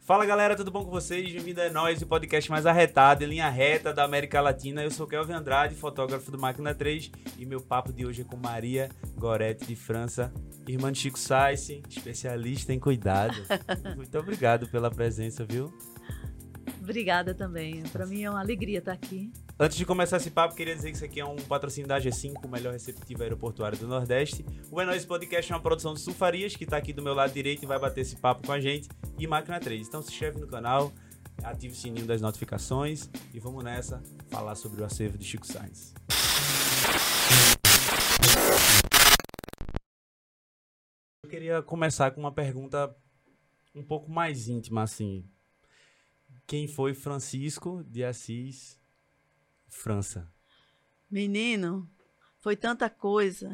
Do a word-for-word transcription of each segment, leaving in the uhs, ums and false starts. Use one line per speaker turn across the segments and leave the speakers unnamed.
Fala galera, tudo bom com vocês? Bem-vindo a nós, o podcast mais arretado, em linha reta da América Latina. Eu sou Kelvin Andrade, fotógrafo do Máquina três, e meu papo de hoje é com Maria Gorete de França, irmã de Chico Sainz, especialista em cuidado. Muito obrigado pela presença, viu?
Obrigada também. Para mim é uma alegria estar aqui.
Antes de começar esse papo, queria dizer que isso aqui é um patrocínio da G cinco, o melhor receptivo aeroportuário do Nordeste. O É Nóis Podcast é uma produção do Sulfarias, que está aqui do meu lado direito e vai bater esse papo com a gente, e Máquina três. Então se inscreve no canal, ative o sininho das notificações e vamos nessa falar sobre o acervo de Chico Sainz. Eu queria começar com uma pergunta um pouco mais íntima, assim. Quem foi Francisco de Assis França?
Menino, foi tanta coisa.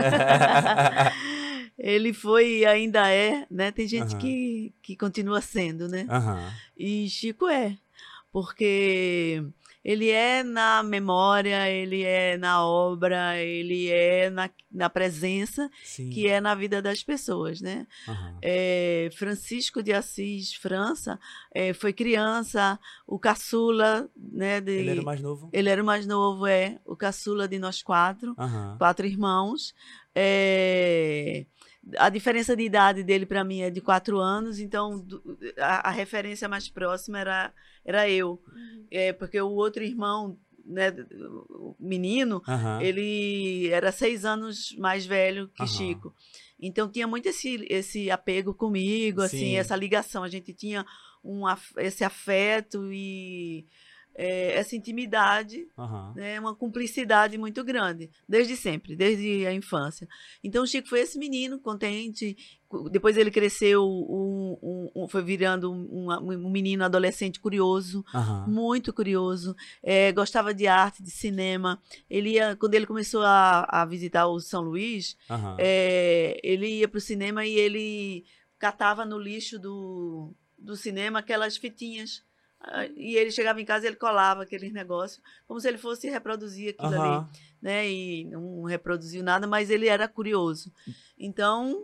Ele foi e ainda é, né? Tem gente
Uhum.
que, que continua sendo, né?
Uhum.
E Chico é, porque ele é na memória, ele é na obra, ele é na, na presença,
Sim.
que é na vida das pessoas, né?
Uhum.
É, Francisco de Assis França é, foi criança, o caçula, né? De,
Ele era o mais novo?
Ele era o mais novo, é, o caçula de nós quatro,
Uhum.
quatro irmãos. É, a diferença de idade dele para mim é de quatro anos, então a, a referência mais próxima era, era eu. Uhum. É, porque o outro irmão, né, o menino,
Uhum.
ele era seis anos mais velho que
Uhum.
Chico. Então tinha muito esse, esse apego comigo, assim,
Sim.
essa ligação. A gente tinha um, esse afeto e é, essa intimidade,
Uhum.
né, uma cumplicidade muito grande, desde sempre, desde a infância. Então o Chico foi esse menino contente. Depois ele cresceu, um, um, um, foi virando um, um menino adolescente curioso,
Uhum.
muito curioso, é, gostava de arte, de cinema. Ele ia, quando ele começou a, a visitar o São Luís,
Uhum.
é, ele ia para o cinema e ele catava no lixo do, do cinema aquelas fitinhas. E ele chegava em casa e ele colava aqueles negócios, como se ele fosse reproduzir aquilo
Uhum.
ali, né? E não reproduziu nada, mas ele era curioso. Então,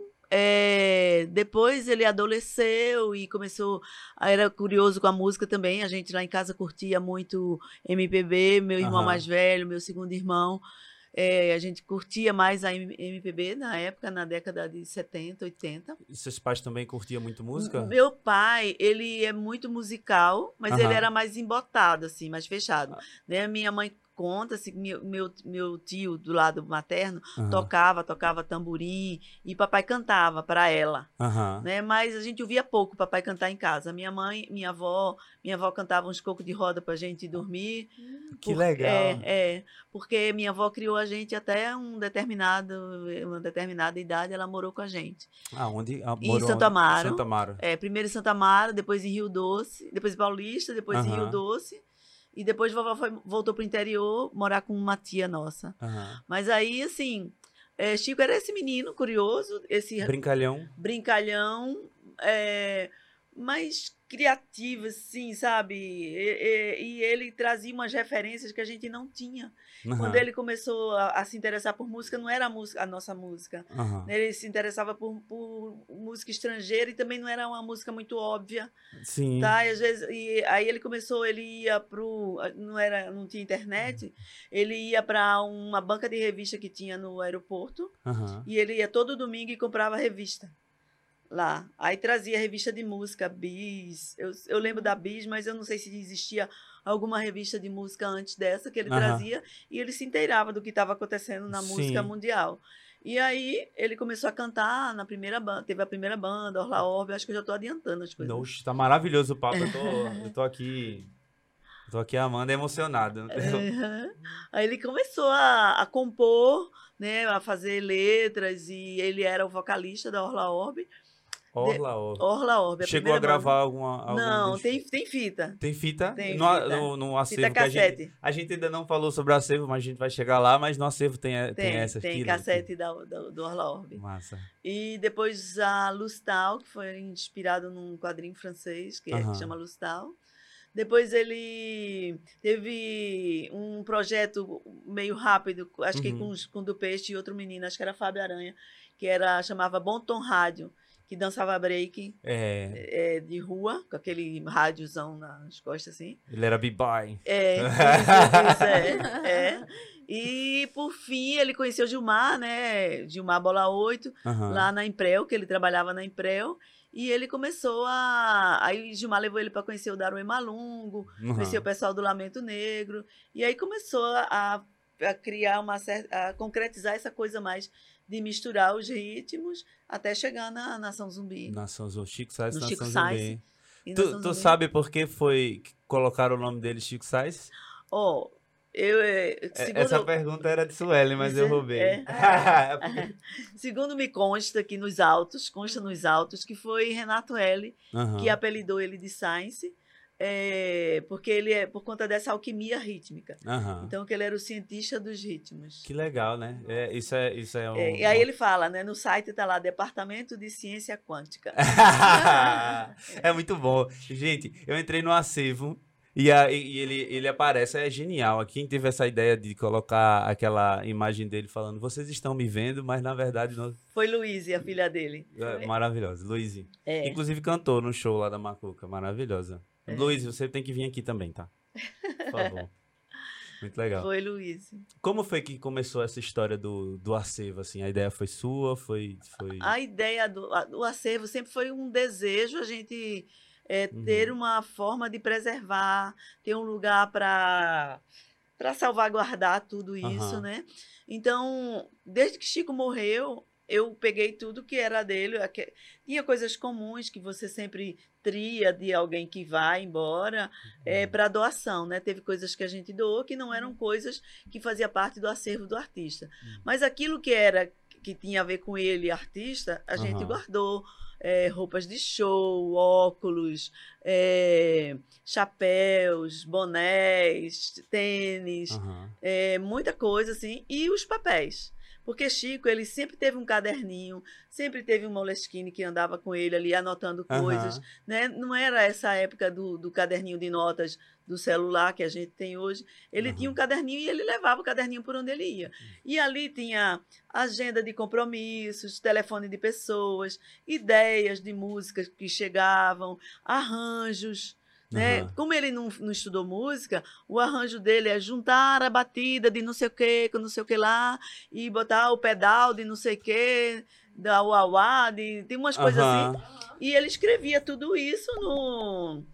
é, depois ele adoleceu e começou, era curioso com a música também. A gente lá em casa curtia muito M P B, meu irmão
Uhum.
mais velho, meu segundo irmão. É, a gente curtia mais a M P B na época, na década de setenta, oitenta.
E seus pais também curtiam muito música?
Meu pai, ele é muito musical, mas
Uhum.
ele era mais embotado, assim, mais fechado. Né? Minha mãe conta, assim, meu, meu, meu tio do lado materno
Uhum.
tocava, tocava tamborim e papai cantava para ela.
Uhum.
Né? Mas a gente ouvia pouco papai cantar em casa. Minha mãe, minha avó, minha avó cantava uns cocos de roda pra gente dormir.
Que
por,
legal.
É, é, porque minha avó criou a gente até um determinado, uma determinada idade, ela morou com a gente.
Ah, onde? Ah,
Em
morou
Santo
onde?
Amaro.
Santo Amaro.
É, primeiro em Santo Amaro, depois em Rio Doce, depois em Paulista, depois
Uhum.
em Rio Doce. E depois vovó foi, voltou para o interior morar com uma tia nossa.
Uhum.
Mas aí, assim, é, Chico era esse menino curioso, esse
Brincalhão.
brincalhão, é, mas criativo, assim, sabe? E, e, e ele trazia umas referências que a gente não tinha.
Uhum.
Quando ele começou a, a se interessar por música, não era a, música, a nossa música.
Uhum.
Ele se interessava por, por música estrangeira e também não era uma música muito óbvia.
Sim.
Tá? E, às vezes, e aí ele começou, ele ia pro, não era, não tinha internet, ele ia para uma banca de revista que tinha no aeroporto.
Uhum.
E ele ia todo domingo e comprava revista lá. Aí trazia revista de música, Bis. Eu, eu lembro da Bis, mas eu não sei se existia alguma revista de música antes dessa que ele
Uhum.
trazia. E ele se inteirava do que estava acontecendo na
Sim.
música mundial. E aí ele começou a cantar na primeira banda. Teve a primeira banda, Orla Orbe. Acho que eu já estou adiantando as coisas.
Nossa, tá maravilhoso o papo. Eu tô, eu tô aqui... Tô aqui amando e emocionado.
Uhum. Aí ele começou a, a compor, né, a fazer letras, e ele era o vocalista da Orla Orbe.
Orla Orbe.
Orla Orbe.
Chegou a gravar
banda.
alguma... algum
Não,
dos...
tem, tem fita.
Tem fita?
Tem
no,
fita.
No, no acervo
Fita
que a
cassete.
gente, a gente ainda não falou sobre o acervo, mas a gente vai chegar lá, mas no acervo tem, tem,
Tem,
essas
tem
aqui,
cassete
né?
da, da, do Orla Orbe.
Massa.
E depois a Lustal, que foi inspirado num quadrinho francês, que, é,
Uhum.
que chama Lustal. Depois ele teve um projeto meio rápido, acho que
Uhum.
com, com o do Peixe e outro menino, acho que era Fábio Aranha, que era, chamava Bom Tom Rádio, que dançava break
É.
é, de rua, com aquele rádiozão nas costas, assim.
Ele era b-boy.
É, isso, isso, é, é. E, por fim, ele conheceu Gilmar, né? Gilmar Bola oito,
Aham.
lá na Imprel, que ele trabalhava na Imprel. E ele começou a... Aí Gilmar levou ele para conhecer o Daruê Malungo, conhecer o
Aham.
pessoal do Lamento Negro. E aí começou a, a criar uma certa... a concretizar essa coisa mais de misturar os ritmos até chegar na Nação Zumbi.
Nação Zumbi. Chico Sainz,
No
Nação
Chico Sainz
Zumbi.
e
Tu,
Nação
tu
Zumbi.
sabe por que foi que colocaram o nome dele Chico Sainz?
Ó, eu... eh,
É,
segundo
Essa
eu-
pergunta era de Sueli, mas eu
Isso,
roubei.
é.
É porque-
Segundo me consta aqui nos autos, consta nos autos, que foi Renato L.
Aham.
que apelidou ele de Science, é, porque ele é por conta dessa alquimia rítmica.
Aham.
Então, que ele era o cientista dos ritmos.
Que legal, né? É, isso é, isso é um...
É, e aí ele fala, né? No site está lá, Departamento de Ciência Quântica.
É muito bom. Gente, eu entrei no acervo e, a- e ele, ele aparece, é genial. Quem teve essa ideia de colocar aquela imagem dele falando, vocês estão me vendo, mas na verdade não.
Foi Luísa, a filha dele.
É maravilhosa. Luizinho.
É.
Inclusive cantou no show lá da Macuca. Maravilhosa.
É.
Luiz, você tem que vir aqui também, tá? Por favor. Muito legal.
Foi Luísa.
Como foi que começou essa história do, do acervo, assim? A ideia foi sua? Foi... foi...
A ideia do, a- do acervo sempre foi um desejo, a gente é,
Uhum.
ter uma forma de preservar, ter um lugar para para salvaguardar tudo isso,
Aham.
né? Então, desde que Chico morreu, eu peguei tudo que era dele. aque- Tinha coisas comuns que você sempre tria de alguém que vai embora é, para doação, né? Teve coisas que a gente doou que não eram coisas que fazia parte do acervo do artista. Mas aquilo que era que tinha a ver com ele, artista, a gente
Aham.
guardou. É, roupas de show, óculos, é, chapéus, bonés, tênis,
Aham.
é, muita coisa assim, e os papéis. Porque Chico, ele sempre teve um caderninho, sempre teve um Moleskine que andava com ele ali anotando coisas,
Aham.
né? Não era essa época do, do caderninho de notas do celular que a gente tem hoje. Ele
Aham.
tinha um caderninho e ele levava o caderninho por onde ele ia. E ali tinha agenda de compromissos, telefone de pessoas, ideias de músicas que chegavam, arranjos. Né?
Aham.
Como ele não, não estudou música, o arranjo dele é juntar a batida de não sei o que com não sei o que lá e botar o pedal de não sei o que, da uauá, de, tem umas coisas
Aham.
assim. E ele escrevia tudo isso no,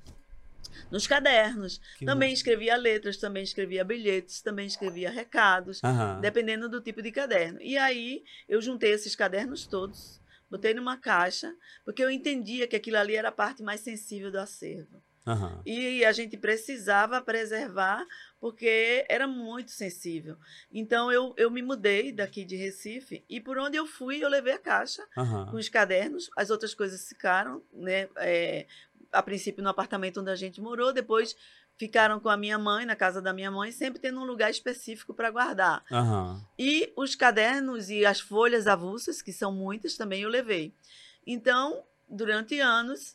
nos cadernos.
Que
Também
mu-
escrevia letras, também escrevia bilhetes, também escrevia recados,
Aham.
dependendo do tipo de caderno. E aí eu juntei esses cadernos todos, botei numa caixa, porque eu entendia que aquilo ali era a parte mais sensível do acervo.
Aham.
E a gente precisava preservar, porque era muito sensível. Então, eu, eu me mudei daqui de Recife, e por onde eu fui, eu levei a caixa com
Aham.
os cadernos, as outras coisas ficaram, né? é, a princípio no apartamento onde a gente morou, depois ficaram com a minha mãe, na casa da minha mãe, sempre tendo um lugar específico para guardar.
Aham.
E os cadernos e as folhas avulsas, que são muitas, também eu levei. Então, durante anos,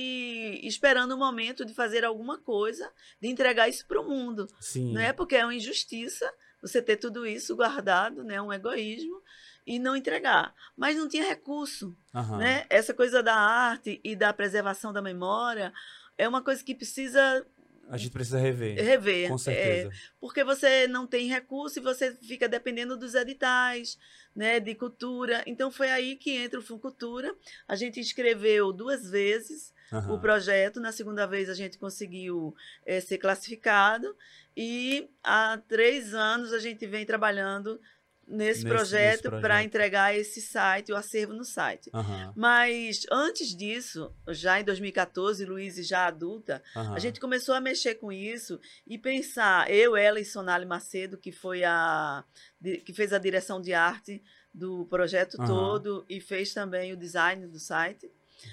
e esperando o momento de fazer alguma coisa, de entregar isso para o mundo.
Sim.
Né? Porque é uma injustiça você ter tudo isso guardado, né? Um egoísmo, e não entregar. Mas não tinha recurso.
Aham.
Né? Essa coisa da arte e da preservação da memória é uma coisa que precisa
A gente precisa rever.
rever.
Com
É,
certeza.
porque você não tem recurso e você fica dependendo dos editais, né, de cultura. Então foi aí que entra o Funcultura. A gente escreveu duas vezes
Aham.
o projeto. Na segunda vez a gente conseguiu eh, ser classificado. E há três anos a gente vem trabalhando nesse,
Nesse-
projeto
nesse
para
projeto.
entregar esse site, o acervo no site.
Aham.
Mas antes disso, já em dois mil e catorze, Luiz já adulta,
Aham.
a gente começou a mexer com isso e pensar, eu, ela e Sonali Macedo, que foi a de- que fez a direção de arte do projeto
Aham.
todo e fez também o design do site,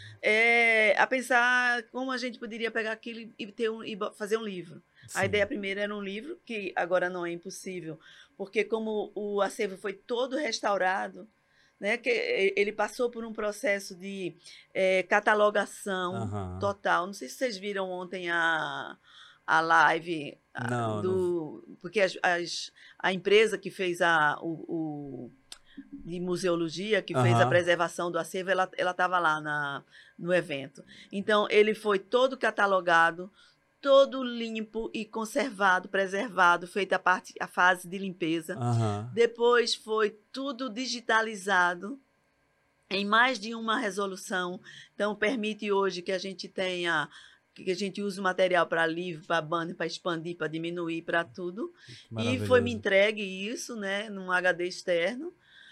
é, a pensar como a gente poderia pegar aquilo e, ter um, e bo- fazer um livro. A
Sim.
ideia primeira era um livro, que agora não é impossível, porque como o acervo foi todo restaurado, né, que e- ele passou por um processo de eh, catalogação
Aham.
total. Não sei se vocês viram ontem a, a live a-
Não,
do. Porque as, as- a empresa que fez a, o, o, de museologia, que fez
Aham.
a preservação do acervo, ela ela estava lá na, no evento. Então, ele foi todo catalogado, todo limpo e conservado, preservado, feita a, parte, a fase de limpeza.
Aham.
Depois foi tudo digitalizado em mais de uma resolução. Então, permite hoje que a gente tenha, que a gente use o material para livro, para banner, para expandir, para diminuir, para tudo. E foi me
Maravilhoso.
entregue isso, né, num H D externo.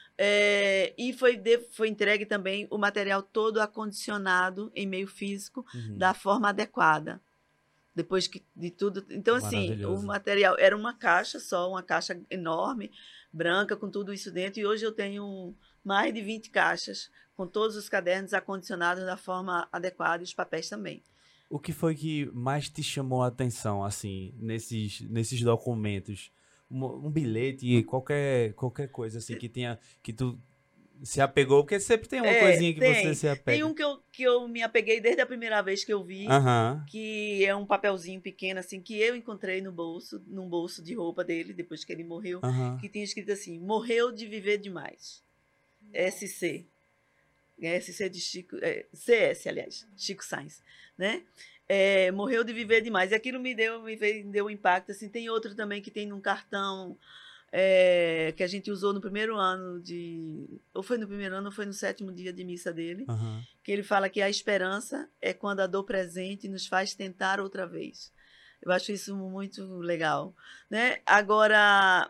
É, e foi, de, foi entregue também o material todo acondicionado em meio físico,
Uhum.
da forma adequada. Depois que, de tudo. Então, assim, o
Maravilhoso.
material era uma caixa só, uma caixa enorme, branca, com tudo isso dentro. E hoje eu tenho mais de vinte caixas, com todos os cadernos acondicionados da forma adequada e os papéis também.
O que foi que mais te chamou a atenção, assim, nesses, nesses documentos? Um, um bilhete, qualquer, qualquer coisa, assim, que tenha, que tu se apegou, porque sempre tem uma
É,
coisinha que
tem.
você se
Tem
apega.
um que eu, que eu me apeguei desde a primeira vez que eu vi,
Aham.
que é um papelzinho pequeno, assim, que eu encontrei no bolso, num bolso de roupa dele, depois que ele morreu,
Aham.
que tinha escrito assim, morreu de viver demais. S C. S C de Chico, é, C S, aliás, Chico Sainz, né? É, morreu de viver demais. E aquilo me deu, me veio, deu um impacto, assim. Tem outro também que tem num cartão, é, que a gente usou no primeiro ano de... Ou foi no primeiro ano, ou foi no sétimo dia de missa dele,
Aham.
que ele fala que a esperança é quando a dor presente nos faz tentar outra vez. Eu acho isso muito legal, né? Agora,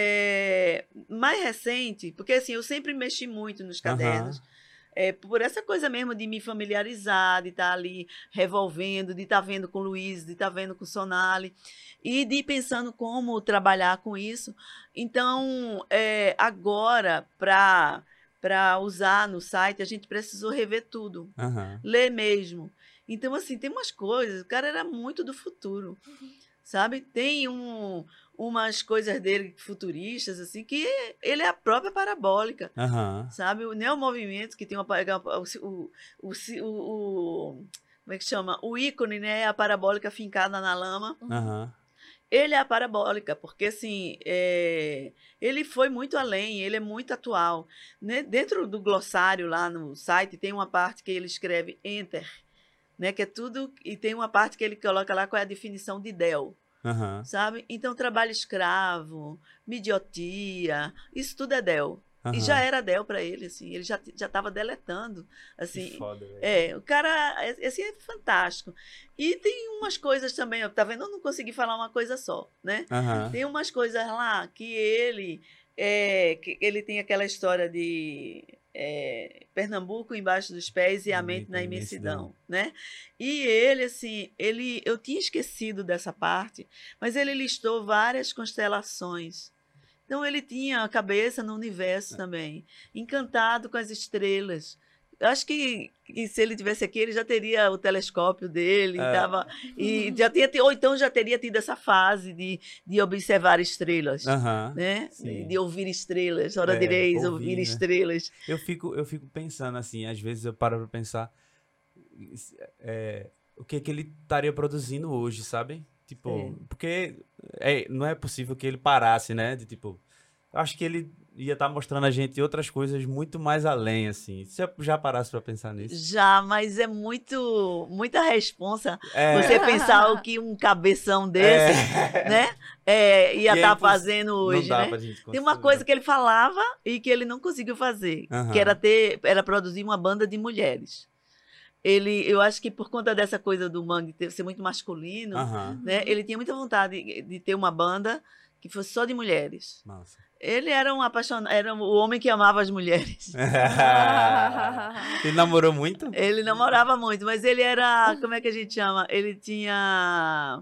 é, mais recente, porque assim, eu sempre mexi muito nos cadernos,
Aham.
é, por essa coisa mesmo de me familiarizar, de estar ali revolvendo, de estar vendo com o Luiz, de estar vendo com o Sonali, e de ir pensando como trabalhar com isso. Então, é, agora, para para usar no site, a gente precisou rever tudo,
Aham.
ler mesmo. Então, assim, tem umas coisas, o cara era muito do futuro, sabe? Tem um, umas coisas dele futuristas, assim, que ele é a própria parabólica,
Aham.
sabe? O neomovimento, que tem uma, o, o, o, o, como é que chama? O ícone, né? É a parabólica fincada na lama.
Aham.
Ele é a parabólica, porque assim, é, ele foi muito além, ele é muito atual. Né? Dentro do glossário lá no site tem uma parte que ele escreve enter, né? Que é tudo, e tem uma parte que ele coloca lá qual é a definição de Del,
Aham.
sabe? Então, trabalho escravo, midiotia, isso tudo é Del. E
Aham.
já era Del para ele, assim, ele já já estava deletando,
Que
assim.
foda, velho.
É, o cara, assim, é fantástico. E tem umas coisas também, ó, tá vendo? Eu não consegui falar uma coisa só, né?
Aham.
Tem umas coisas lá que ele, é, que ele tem aquela história de é, Pernambuco embaixo dos pés e a mente na imensidão, né? E ele, assim, ele, eu tinha esquecido dessa parte, mas ele listou várias constelações. Então, ele tinha a cabeça no universo também, encantado com as estrelas. Eu acho que, que se ele tivesse aqui, ele já teria o telescópio dele,
É.
tava, e já tinha, ou então já teria tido essa fase de, de observar estrelas,
Aham.
né?
Sim.
De, de ouvir estrelas, hora
É,
direis,
ouvir,
ouvir
né?
estrelas.
Eu fico, eu fico pensando assim, às vezes eu paro pra pensar é, o que que ele estaria produzindo hoje, sabe? Tipo,
É.
porque é, não é possível que ele parasse, né? De tipo, acho que ele ia estar mostrando a gente outras coisas muito mais além, assim. Você já parasse pra pensar nisso?
Já, mas é muito, muita responsa
É.
você pensar o que um cabeção desse,
É.
né? É, ia
E é
estar
imposs-
fazendo hoje,
não dá
né?
pra gente
Tem uma
construir,
coisa
né?
que ele falava e que ele não conseguiu fazer,
Aham.
que era ter, era produzir uma banda de mulheres. Ele, eu acho que por conta dessa coisa do Mangue ter, ser muito masculino,
Aham.
né? Ele tinha muita vontade de, de ter uma banda que fosse só de mulheres.
Massa.
Ele era um apaixonado, era o homem que amava as mulheres.
Ele namorou muito?
Ele namorava muito, mas ele era, como é que a gente chama? Ele tinha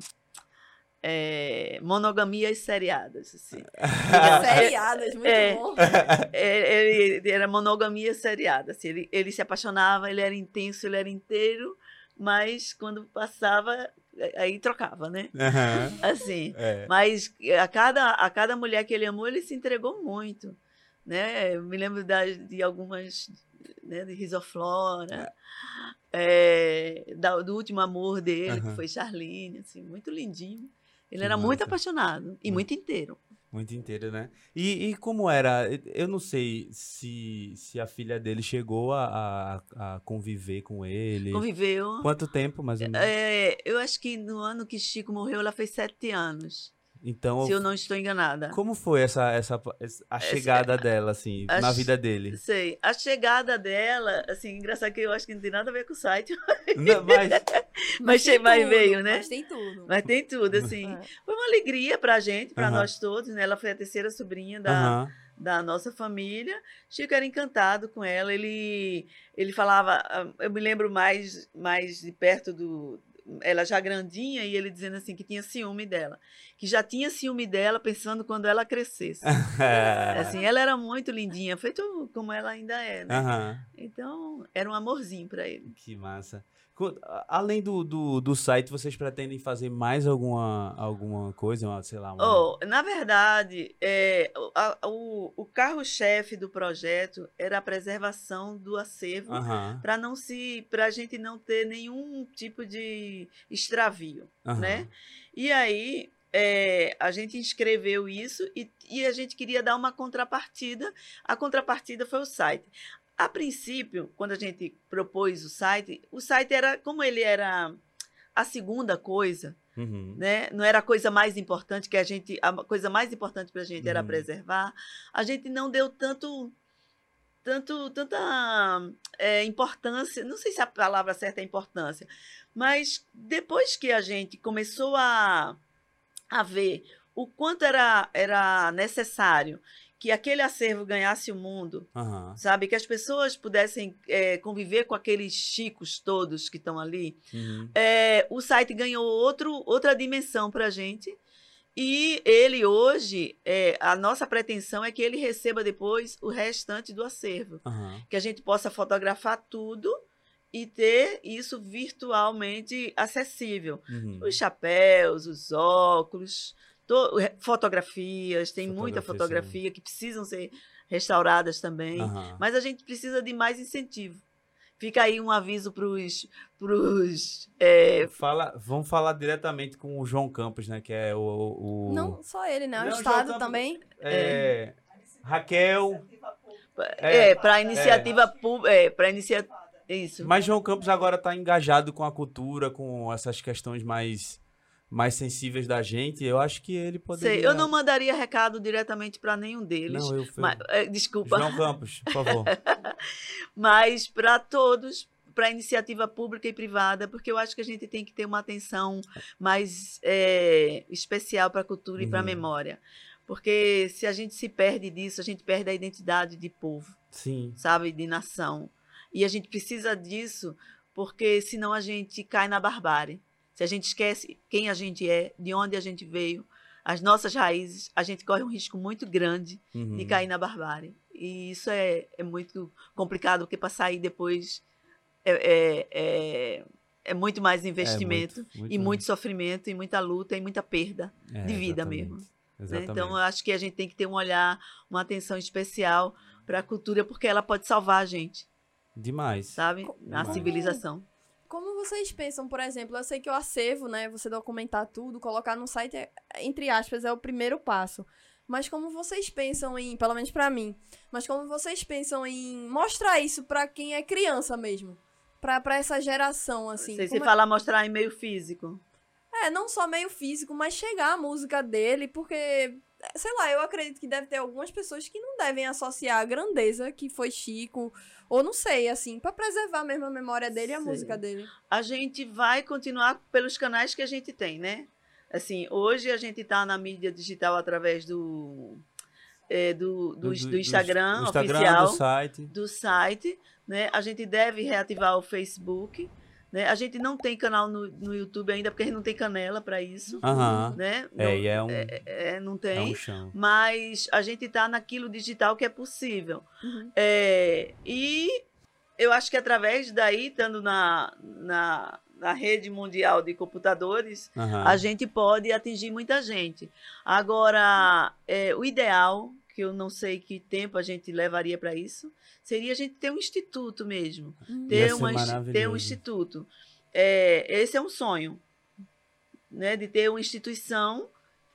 é, monogamias seriadas, assim. Digamos,
Seriadas, muito
é.
bom.
é, ele era monogamia seriada, assim, ele, ele se apaixonava, ele era intenso, ele era inteiro, mas quando passava, aí trocava, né?
Aham.
Assim,
É.
mas a cada, a cada mulher que ele amou, ele se entregou muito, né? Eu me lembro da, de algumas, né, de Risoflora, é, da, do último amor dele,
Aham.
que foi Charlene, assim, muito lindinho. Ele
Que
era muito
massa.
apaixonado e
Muito.
muito inteiro.
Muito inteiro, né? E, e como era? Eu não sei se, se a filha dele chegou a, a, a conviver com ele.
Conviveu.
Quanto tempo, mais ou menos?
É, eu acho que no ano que Chico morreu, ela fez sete anos.
Então,
Se eu não estou enganada.
como foi essa, essa, essa- a chegada dela, assim,
A
na
che-
vida dele?
Sei. A chegada dela, assim, engraçado que eu acho que não tem nada a ver com o site,
Não, mas,
mas, che-
tem
mas
tudo,
veio, né?
Mas tem tudo.
Mas tem tudo, assim.
É.
Foi uma alegria pra gente, pra
Aham.
nós todos, né? Ela foi a terceira sobrinha da,
aham,
da nossa família. Chico era encantado com ela. Ele, ele falava, ah, eu me lembro mais, mais de perto do. Ela já grandinha e ele dizendo assim que tinha ciúme dela. Que já tinha ciúme dela pensando quando ela crescesse. Assim, ela era muito lindinha, feito como ela ainda é, né?
aham.
Então, era um amorzinho pra ele.
Que massa. Co- a- Além do, do, do site, vocês pretendem fazer mais alguma, alguma coisa? Uma, sei lá, uma...
Oh, na verdade, é, o, a- o, o carro-chefe do projeto era a preservação do acervo
Aham,
para não se, para a gente não ter nenhum tipo de extravio,
aham.
né? E aí é, a gente inscreveu isso e, e a gente queria dar uma contrapartida. A contrapartida foi o site. A princípio, quando a gente propôs o site, o site era, como ele era a segunda coisa,
Uhum.
né? Não era a coisa mais importante que a gente, a coisa mais importante para a gente era
Uhum.
preservar. A gente não deu tanto, tanto, tanta é, importância. Não sei se a palavra certa é importância, mas depois que a gente começou a, a ver o quanto era, era necessário que aquele acervo ganhasse o mundo,
Aham.
sabe? Que as pessoas pudessem é, conviver com aqueles chicos todos que estão ali.
Uhum.
É, o site ganhou outro, outra dimensão para a gente. E ele hoje, é, a nossa pretensão é que ele receba depois o restante do acervo.
Aham.
Que a gente possa fotografar tudo e ter isso virtualmente acessível.
Uhum.
Os chapéus, os óculos, to- fotografias, tem muita
Fotografia,
fotografia que precisam ser restauradas também.
Aham.
Mas a gente precisa de mais incentivo. Fica aí um aviso para os. É,
Fala, vamos falar diretamente com o João Campos, né? Que é o. o
Não só ele, né? O
Não,
Estado
já tá-
também.
é, Raquel.
é,
É,
para iniciativa pública. É, para iniciativa. Isso.
Mas João Campos agora está engajado com a cultura, com essas questões mais, mais sensíveis da gente. Eu acho que ele poderia.
Sei, eu não mandaria recado diretamente para nenhum deles.
Não, eu fui.
Mas, é, desculpa.
João Campos, por favor.
Mas para todos, para iniciativa pública e privada, porque eu acho que a gente tem que ter uma atenção mais é, especial para a cultura e para a
Uhum.
memória. Porque se a gente se perde disso, a gente perde a identidade de povo,
Sim.
sabe, de nação. E a gente precisa disso, porque senão a gente cai na barbárie. Se a gente esquece quem a gente é, de onde a gente veio, as nossas raízes, a gente corre um risco muito grande
Uhum.
de cair na barbárie. E isso é, é muito complicado, porque para sair depois é, é, é, é muito mais investimento,
É muito, muito
e
mais.
muito sofrimento, e muita luta, e muita perda
É,
de vida
exatamente,
mesmo. né?
Exatamente.
Então, eu acho que a gente tem que ter um olhar, uma atenção especial para a cultura, porque ela pode salvar a gente,
Demais.
sabe? Na
Demais.
civilização.
Como vocês pensam, por exemplo, eu sei que o acervo, né, você documentar tudo, colocar no site, é, entre aspas, é o primeiro passo. Mas como vocês pensam em, pelo menos pra mim, mas como vocês pensam em mostrar isso pra quem é criança mesmo? Pra, pra essa geração, assim.
Sei, se
como é-
falar mostrar em meio físico.
É, não só meio físico, mas chegar a música dele, porque, sei lá, eu acredito que deve ter algumas pessoas que não devem associar a grandeza que foi Chico, ou não sei, assim, pra preservar mesmo a memória dele e a
Sei.
música dele.
A gente vai continuar pelos canais que a gente tem, né? Assim, hoje a gente está na mídia digital através do, é, do, do, do Instagram,
do Instagram,
oficial,
do site.
do site, né? A gente deve reativar o Facebook, né? A gente não tem canal no, no YouTube ainda, porque a gente não tem canela para isso,
Aham.
né?
É,
não,
e é um,
é, é, não
é
tem.
um chão.
Mas a gente está naquilo digital que é possível.
Uhum.
É, e eu acho que através daí, estando na, na, na rede mundial de computadores,
Aham.
a gente pode atingir muita gente. Agora, é, o ideal, que eu não sei que tempo a gente levaria para isso, seria a gente ter um instituto mesmo.
Uhum.
Ter,
ser
uma, ins- ter um
maravilhoso.
instituto. É, esse é um sonho, né, de ter uma instituição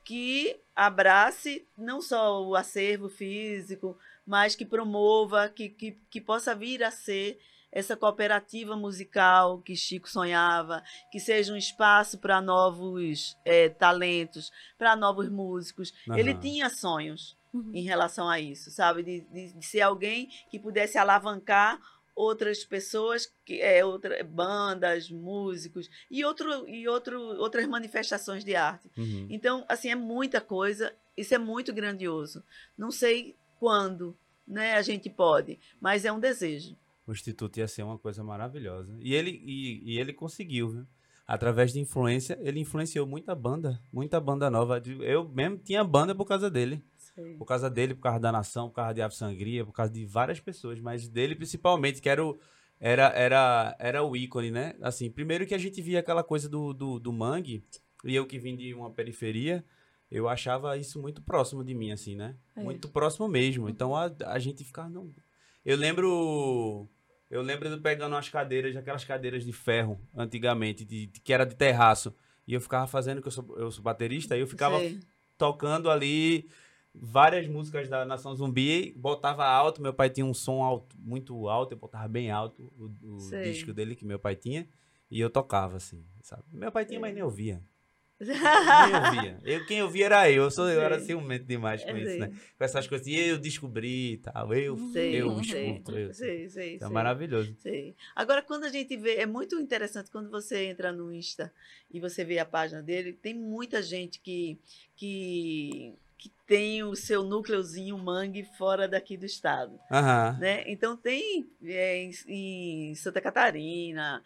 que abrace não só o acervo físico, mas que promova, que, que, que possa vir a ser essa cooperativa musical que Chico sonhava, que seja um espaço para novos é, talentos, para novos músicos.
Aham.
Ele tinha sonhos
Uhum.
em relação a isso, sabe? De, de, de ser alguém que pudesse alavancar outras pessoas, que, é, outra, bandas, músicos e, outro, e outro, outras manifestações de arte.
Uhum.
Então, assim, é muita coisa, isso é muito grandioso. Não sei quando, né, a gente pode, mas é um desejo.
O Instituto ia ser uma coisa maravilhosa. E ele, e, e ele conseguiu, viu? Através de influência, ele influenciou muita banda, muita banda nova. Eu mesmo tinha banda por causa dele.
Sei.
Por causa dele, por causa da Nação, por causa de Ave Sangria, por causa de várias pessoas, mas dele principalmente, que era o, era, era, era o ícone, né? Assim, primeiro que a gente via aquela coisa do, do, do mangue, e eu que vim de uma periferia, eu achava isso muito próximo de mim, assim, né?
É.
Muito próximo mesmo. Então a, a gente ficava, não... Eu lembro... Eu lembro de pegando umas cadeiras, aquelas cadeiras de ferro, antigamente, de, de- que era de terraço, e eu ficava fazendo, que eu sou, eu sou baterista, e eu ficava
Sei.
tocando ali várias músicas da Nação Zumbi, botava alto, meu pai tinha um som alto, muito alto, eu botava bem alto o, o
Sei.
disco dele que meu pai tinha, e eu tocava assim, sabe? Meu pai tinha, mas nem ouvia. Nem ouvia. Eu, quem ouvia era eu, eu, sou, eu era
Sei.
ciumento demais com
É,
isso,
sei.
né? Com essas coisas, e eu descobri e tal, eu,
Sei,
eu
sei,
escuto, eu.
sei, sei,
Isso é
sei.
maravilhoso.
Sei. Agora, quando a gente vê, é muito interessante quando você entra no Insta e você vê a página dele, tem muita gente que, que, que tem o seu núcleozinho mangue fora daqui do estado.
Aham.
Né? Então tem é, em, em Santa Catarina,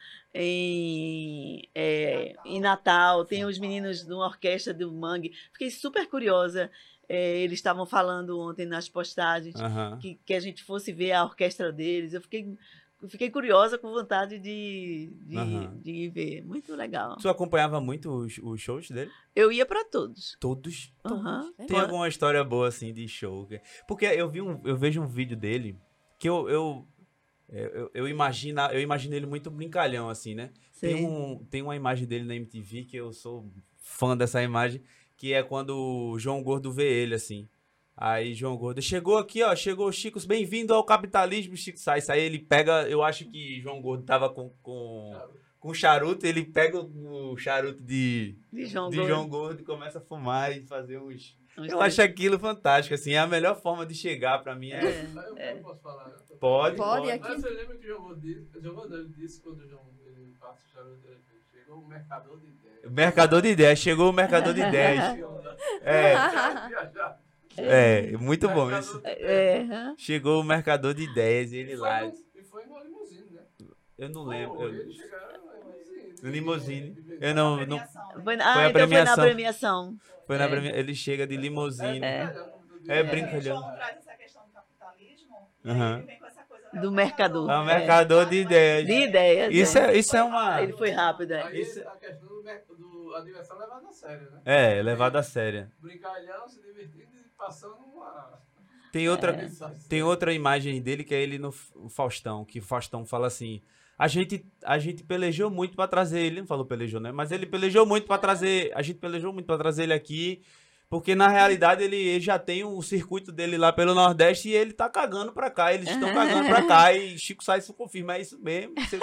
em, é, em Natal, tem os meninos de uma orquestra do Mangue. Fiquei super curiosa. É, eles estavam falando ontem nas postagens
Aham.
que, que a gente fosse ver a orquestra deles. Eu fiquei, eu fiquei curiosa, com vontade de, de,
Aham.
de ir ver. Muito legal.
Tu acompanhava muito os, os shows dele?
Eu ia para todos.
Todos?
Aham.
Tem alguma história boa, assim, de show? Porque eu vi um, eu vejo um vídeo dele que eu, eu, eu, eu, imagino, eu imagino ele muito brincalhão, assim, né? Tem,
Sei.
um, tem uma imagem dele na M T V que eu sou fã dessa imagem, que é quando o João Gordo vê ele, assim. Aí João Gordo, chegou aqui, ó, chegou o Chico, bem-vindo ao capitalismo, Chico sai. Aí ele pega, eu acho que João Gordo tava com... com com charuto, ele pega o, o charuto de,
De João
de
Gordo.
João Gordo e começa a fumar e fazer uns...
Uns
Eu
três-
acho aquilo fantástico, assim, é a melhor forma de chegar pra mim. É...
É.
Eu,
É.
eu posso falar? né?
Pode,
Pode,
pode.
aqui.
Mas você lembra que o João Gordo disse, o João Gordo ele disse quando o João ele passa o charuto, ele fez, chegou o mercador de ideias.
Mercador de ideias, chegou o mercador de ideias. É,
Viajar.
é, muito bom isso.
É, hã?
Chegou o mercador de ideias e
E
ele
foi
lá.
no- E foi numa limusine, né?
Eu não lembro. eu-
Eles chegaram numa limusine.
No limusine. Eu não, não
Foi,
Foi
ah,
a
então foi na
premiação.
premiação.
foi na
É.
premia- ele chega de limusine.
É.
É,
É,
brincalhão.
João traz essa questão do capitalismo, e
Aham.
aí ele vem com essa coisa, né,
Do
o
mercador.
É o
É.
mercador de ideias.
De ideias.
Isso
é.
é, isso é uma...
Ele foi rápido, é.
Aí
Isso-
a questão do, mer- do a diversão levada a sério, né?
É, levado a sério.
Brincalhão, se divertindo e passando uma...
Tem outra,
mensagem.
tem outra imagem dele que é ele no F- o Faustão, que o Faustão fala assim: a gente, a gente pelejou muito pra trazer ele, não falou pelejou, né? Mas ele pelejou muito pra trazer, a gente pelejou muito pra trazer ele aqui, porque na realidade ele, ele já tem o circuito dele lá pelo Nordeste e ele tá cagando pra cá, eles estão cagando pra cá e Chico Sainz confirma, é isso mesmo. você-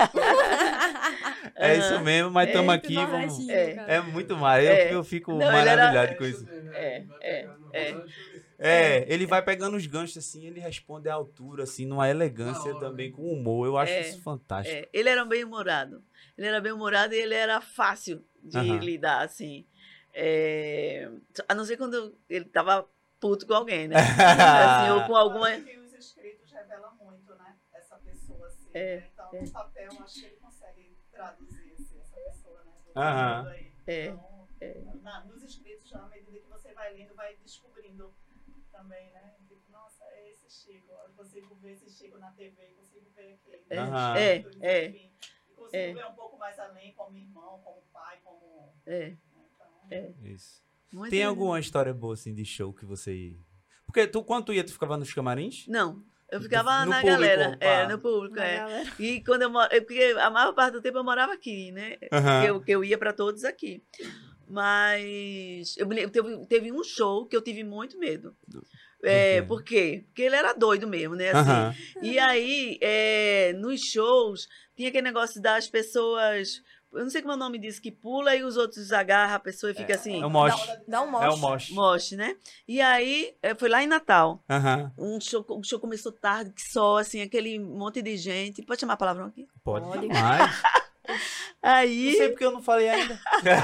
É isso mesmo, mas estamos
É,
aqui, vamos...
É.
É muito mais, eu,
É.
eu fico
Não, ele era-
maravilhado com isso.
É, é, é.
É, ele vai pegando os ganchos assim, ele responde à altura, assim, numa elegância
Da hora,
também,
né?
com humor. Eu acho
É,
isso fantástico.
É, ele era bem humorado. Ele era bem humorado e ele era fácil de
Aham.
lidar, assim. É, a não ser quando ele tava puto com alguém, né? Assim, ou com alguma.
Eu acho que os escritos revelam muito, né? Essa pessoa, assim.
É,
né? Então,
é.
no papel, eu acho que ele consegue traduzir assim, essa pessoa, né? Do
Aham.
mundo aí.
É,
Então,
é.
na- nos escritos, já, à medida que você vai lendo, vai descobrindo também, né? Tipo, nossa, é esse Chico. Eu consigo ver esse Chico na T V, consigo ver aquele.
É,
Aham.
é,
Enfim,
é.
e consigo
É.
ver um pouco mais além, como irmão, como pai, como.
É,
né? Então,
é.
Isso.
Muito
Tem
legal.
alguma história boa, assim, de show que você... Porque tu, quando tu ia, tu ficava nos camarins?
Não, eu ficava
No
na
público,
galera.
pá.
É, no público,
Na
é.
galera.
E quando eu moro. Porque a maior parte do tempo eu morava aqui, né?
Aham.
Que eu, que eu ia para todos aqui. Mas eu me lembro, teve, teve um show que eu tive muito medo. É,
quê?
por quê? Porque ele era doido mesmo, né? Assim.
Aham.
E aí, é, nos shows, tinha aquele negócio das pessoas. Eu não sei como é o nome disso, que pula e os outros agarram a pessoa e fica assim.
É o mosh.
Dá um
É o
moche.
mosh.
Moche, né? E aí, é, foi lá em Natal.
Aham.
Um show, o show começou tarde, que só, assim, aquele monte de gente. Pode chamar palavrão aqui?
Pode
Pode.
demais.
Aí.
Não sei porque eu não falei ainda.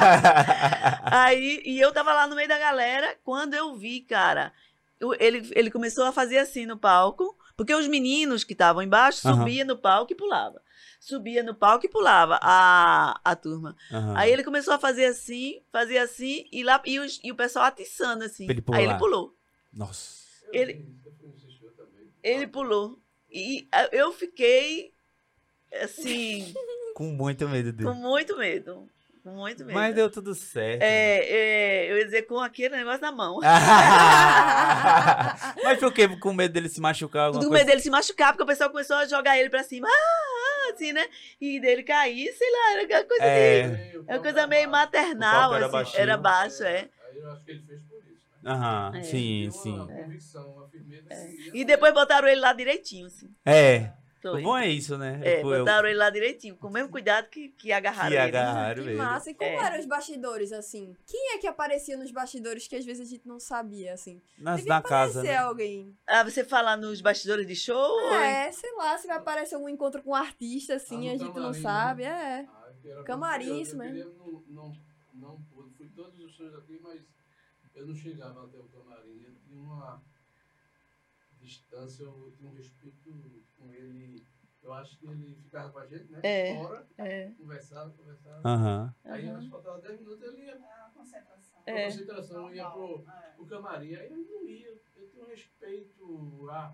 Aí, e eu tava lá no meio da galera, quando eu vi, cara, eu- ele, ele começou a fazer assim no palco, porque os meninos que estavam embaixo
Aham.
subiam no palco e pulava. Subia no palco e pulava a, a turma.
Aham.
Aí ele começou a fazer assim, fazia assim, e, lá, e, os- e o pessoal atiçando assim.
Pra ele
Aí ele
pular.
pulou.
Nossa.
Eu
Ele-
vi, eu fui nesse show também.
Ele pulou. E ah, eu fiquei, assim,
Com muito medo
com
dele.
muito medo. Com muito medo.
Mas deu tudo certo.
É, é, eu ia dizer com aquele negócio na mão.
Mas por quê? Com medo dele se machucar? Alguma
Do
coisa?
medo dele se machucar, porque o pessoal começou a jogar ele pra cima. Ah, ah, assim, né? E dele cair, sei lá, era aquela coisa
É.
de.
Aí, o
É uma
palco
coisa
era
meio
baixo.
maternal,
O palco era
assim.
baixinho.
Era baixo, é.
Aí eu acho que ele fez por isso, né?
Aham,
É.
sim,
Tem
sim.
uma convicção, uma firmeza que
E depois botaram ele lá direitinho, assim.
É. O
Foi.
bom é isso, né?
É,
Pô, eu-
botaram ele lá direitinho, com o mesmo cuidado que, que agarraram
que
ele.
agarraram
Que
ele.
massa. E como
É.
eram os bastidores, assim? Quem é que aparecia nos bastidores que às vezes a gente não sabia, assim?
Nas,
Devia
na casa,
Aparecer
né?
alguém.
Ah, você fala nos bastidores de show? ou em-
É, sei lá, se vai aparecer algum encontro com um artista, assim,
Ah, no
a gente não
camarim,
sabe.
né?
É.
Ah, que era
Camarim,
muito
isso
curioso.
mesmo.
Eu queria, não, não, não pude. Fui todos os shows aqui, mas eu não chegava até o camarim. Eu tinha uma distância, eu tinha um respeito com ele. Eu acho que ele ficava com a gente, né?
É.
Fora,
É.
conversava, conversava.
Aham.
Aí
Aham.
nós faltava dez minutos, ele ia
É uma concentração.
pra
É.
concentração, ia pro,
É.
pro camarim. Aí ele não ia. Eu tinha um respeito ah,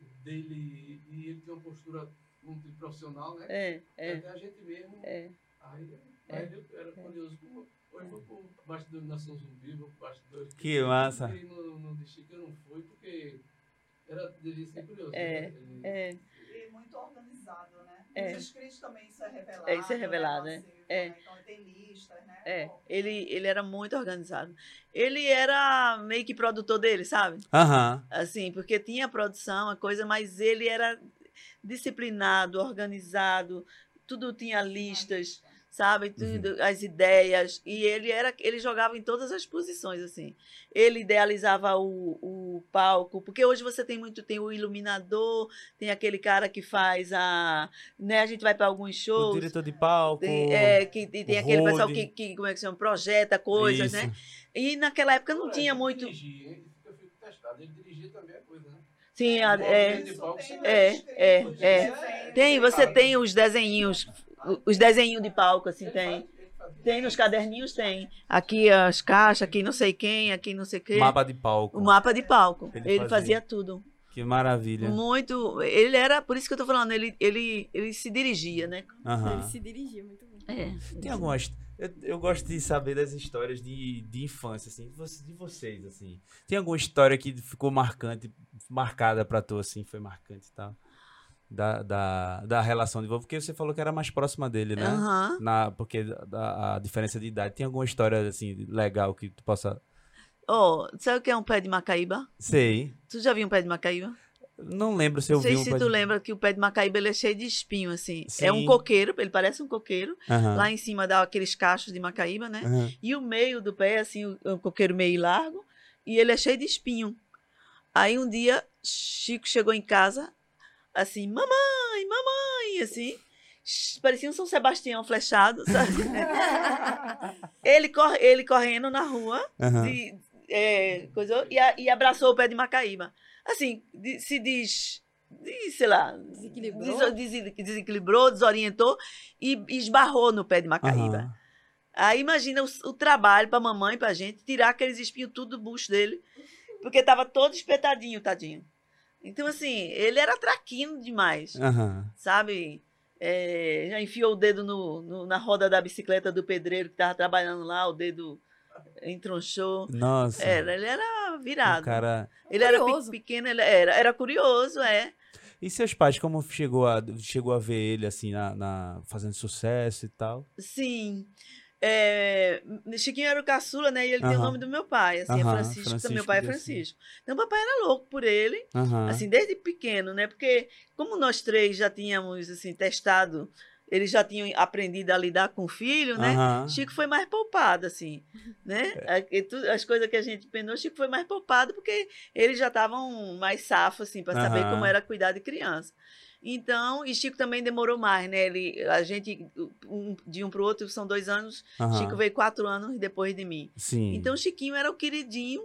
dele e ele tinha uma postura muito profissional, né?
É, é,
Até a gente mesmo.
é.
Aí, aí eu era curioso. Como, hoje vou pro bastidor de Nação Zumbi, vou pro bastidor.
Que massa.
E no, no Distrito eu não fui, porque era, devia ser curioso.
É,
né? Ele-
É.
E muito organizado, né?
É.
Nos escritos também isso é revelado.
É, isso é revelado,
né?
né?
no acervo,
É.
né? Então tem listas, né?
É,
Pô,
ele, ele era muito organizado. Ele era meio que produtor dele, sabe?
Aham.
Assim, porque tinha produção, a coisa, mas ele era disciplinado, organizado, tudo tinha listas, sabe? Tudo, as ideias. E ele era, ele jogava em todas as posições, assim. Ele idealizava o, o palco, porque hoje você tem muito, tem o iluminador, tem aquele cara que faz a. Né, a gente vai para alguns
O
shows.
diretor de palco.
Tem, é, que, e tem
o
aquele pessoal
road.
que, que, como é que se chama, projeta coisas,
Isso.
né? E naquela época não
Olha,
tinha
ele
muito.
Dirigia, hein? Eu fico testado. Ele dirigia também a coisa, né?
Sim, a-
Bom,
é,
de palco,
Isso tem
você-
é,
nos
é,
escritos,
é.
desenhos,
Tem, você
Cara,
tem os desenhinhos, o- os desenhinhos de palco, assim,
ele
tem.
faz- ele fazia.
Tem nos caderninhos, tem. Aqui as caixas, aqui não sei quem, aqui não sei o quê.
Mapa de palco.
O mapa de palco.
Ele
Ele,
fazia.
fazia tudo.
Que maravilha.
Muito. Ele era, por isso que eu tô falando, ele, ele, ele se dirigia, né?
Aham.
Ele se dirigia muito bem.
É.
Tem algumas. Eu, eu gosto de saber das histórias de, de infância, assim, de, você- de vocês, assim. Tem alguma história que ficou marcante, marcada pra tu, assim, foi marcante e tal? Da, da, da relação de vô, porque você falou que era mais próxima dele, né?
Aham.
Na, porque da, a diferença de idade. Tem alguma história, assim, legal que tu possa.
Ó, sabe o que é um pé de macaíba?
Sei.
Tu já viu um pé de macaíba?
Não lembro se eu
Não sei
vi um.
se
pé
tu
de-
lembra que o pé de macaíba ele é cheio de espinho, assim. É um
Sim.
coqueiro, ele parece um coqueiro.
Aham.
Lá em cima dá aqueles cachos de macaíba, né?
Aham.
E o meio do pé, assim, o, o coqueiro meio largo, e ele é cheio de espinho. Aí um dia, Chico chegou em casa, assim, mamãe, mamãe, assim, sh- parecia um São Sebastião flechado, sabe? ele, corre, ele correndo na rua,
Aham.
de- é, coisou, e, a- e abraçou o pé de macaíba. Assim, de- se diz, de, sei lá,
Desequilibrou?
deso- dese- desequilibrou, desorientou e esbarrou no pé de macaíba.
Aham.
Aí imagina o, o trabalho pra mamãe, pra gente, tirar aqueles espinhos tudo do bucho dele, porque tava todo espetadinho, tadinho. Então, assim, ele era traquino demais,
Aham.
sabe? É, já enfiou o dedo no, no- na roda da bicicleta do pedreiro que tava trabalhando lá, o dedo entronchou.
Nossa.
Era, ele era virado.
O cara.
Ele era pe-
Curioso.
pequeno, ele era, era curioso, é.
E seus pais, como chegou a, chegou a ver ele assim, na, na- fazendo sucesso e tal?
Sim. É, Chiquinho era o caçula, né? E ele tem o
Aham.
nome do meu pai, assim, é
Aham,
Francisco,
Francisco
meu pai é
de Assis.
Francisco. Então, papai era louco por ele,
Aham.
assim, desde pequeno, né? Porque como nós três já tínhamos, assim, testado, eles já tinham aprendido a lidar com o filho, né?
Aham.
Chico foi mais poupado, assim, né? E tu- As coisas que a gente penou, Chico foi mais poupado porque eles já estavam mais safos, assim, para saber
Aham.
como era cuidar de criança. Então, e Chico também demorou mais, né? Ele, a gente, um- de um para o outro, são dois anos.
Aham.
Chico veio quatro anos depois de mim.
Sim.
Então, Chiquinho era o queridinho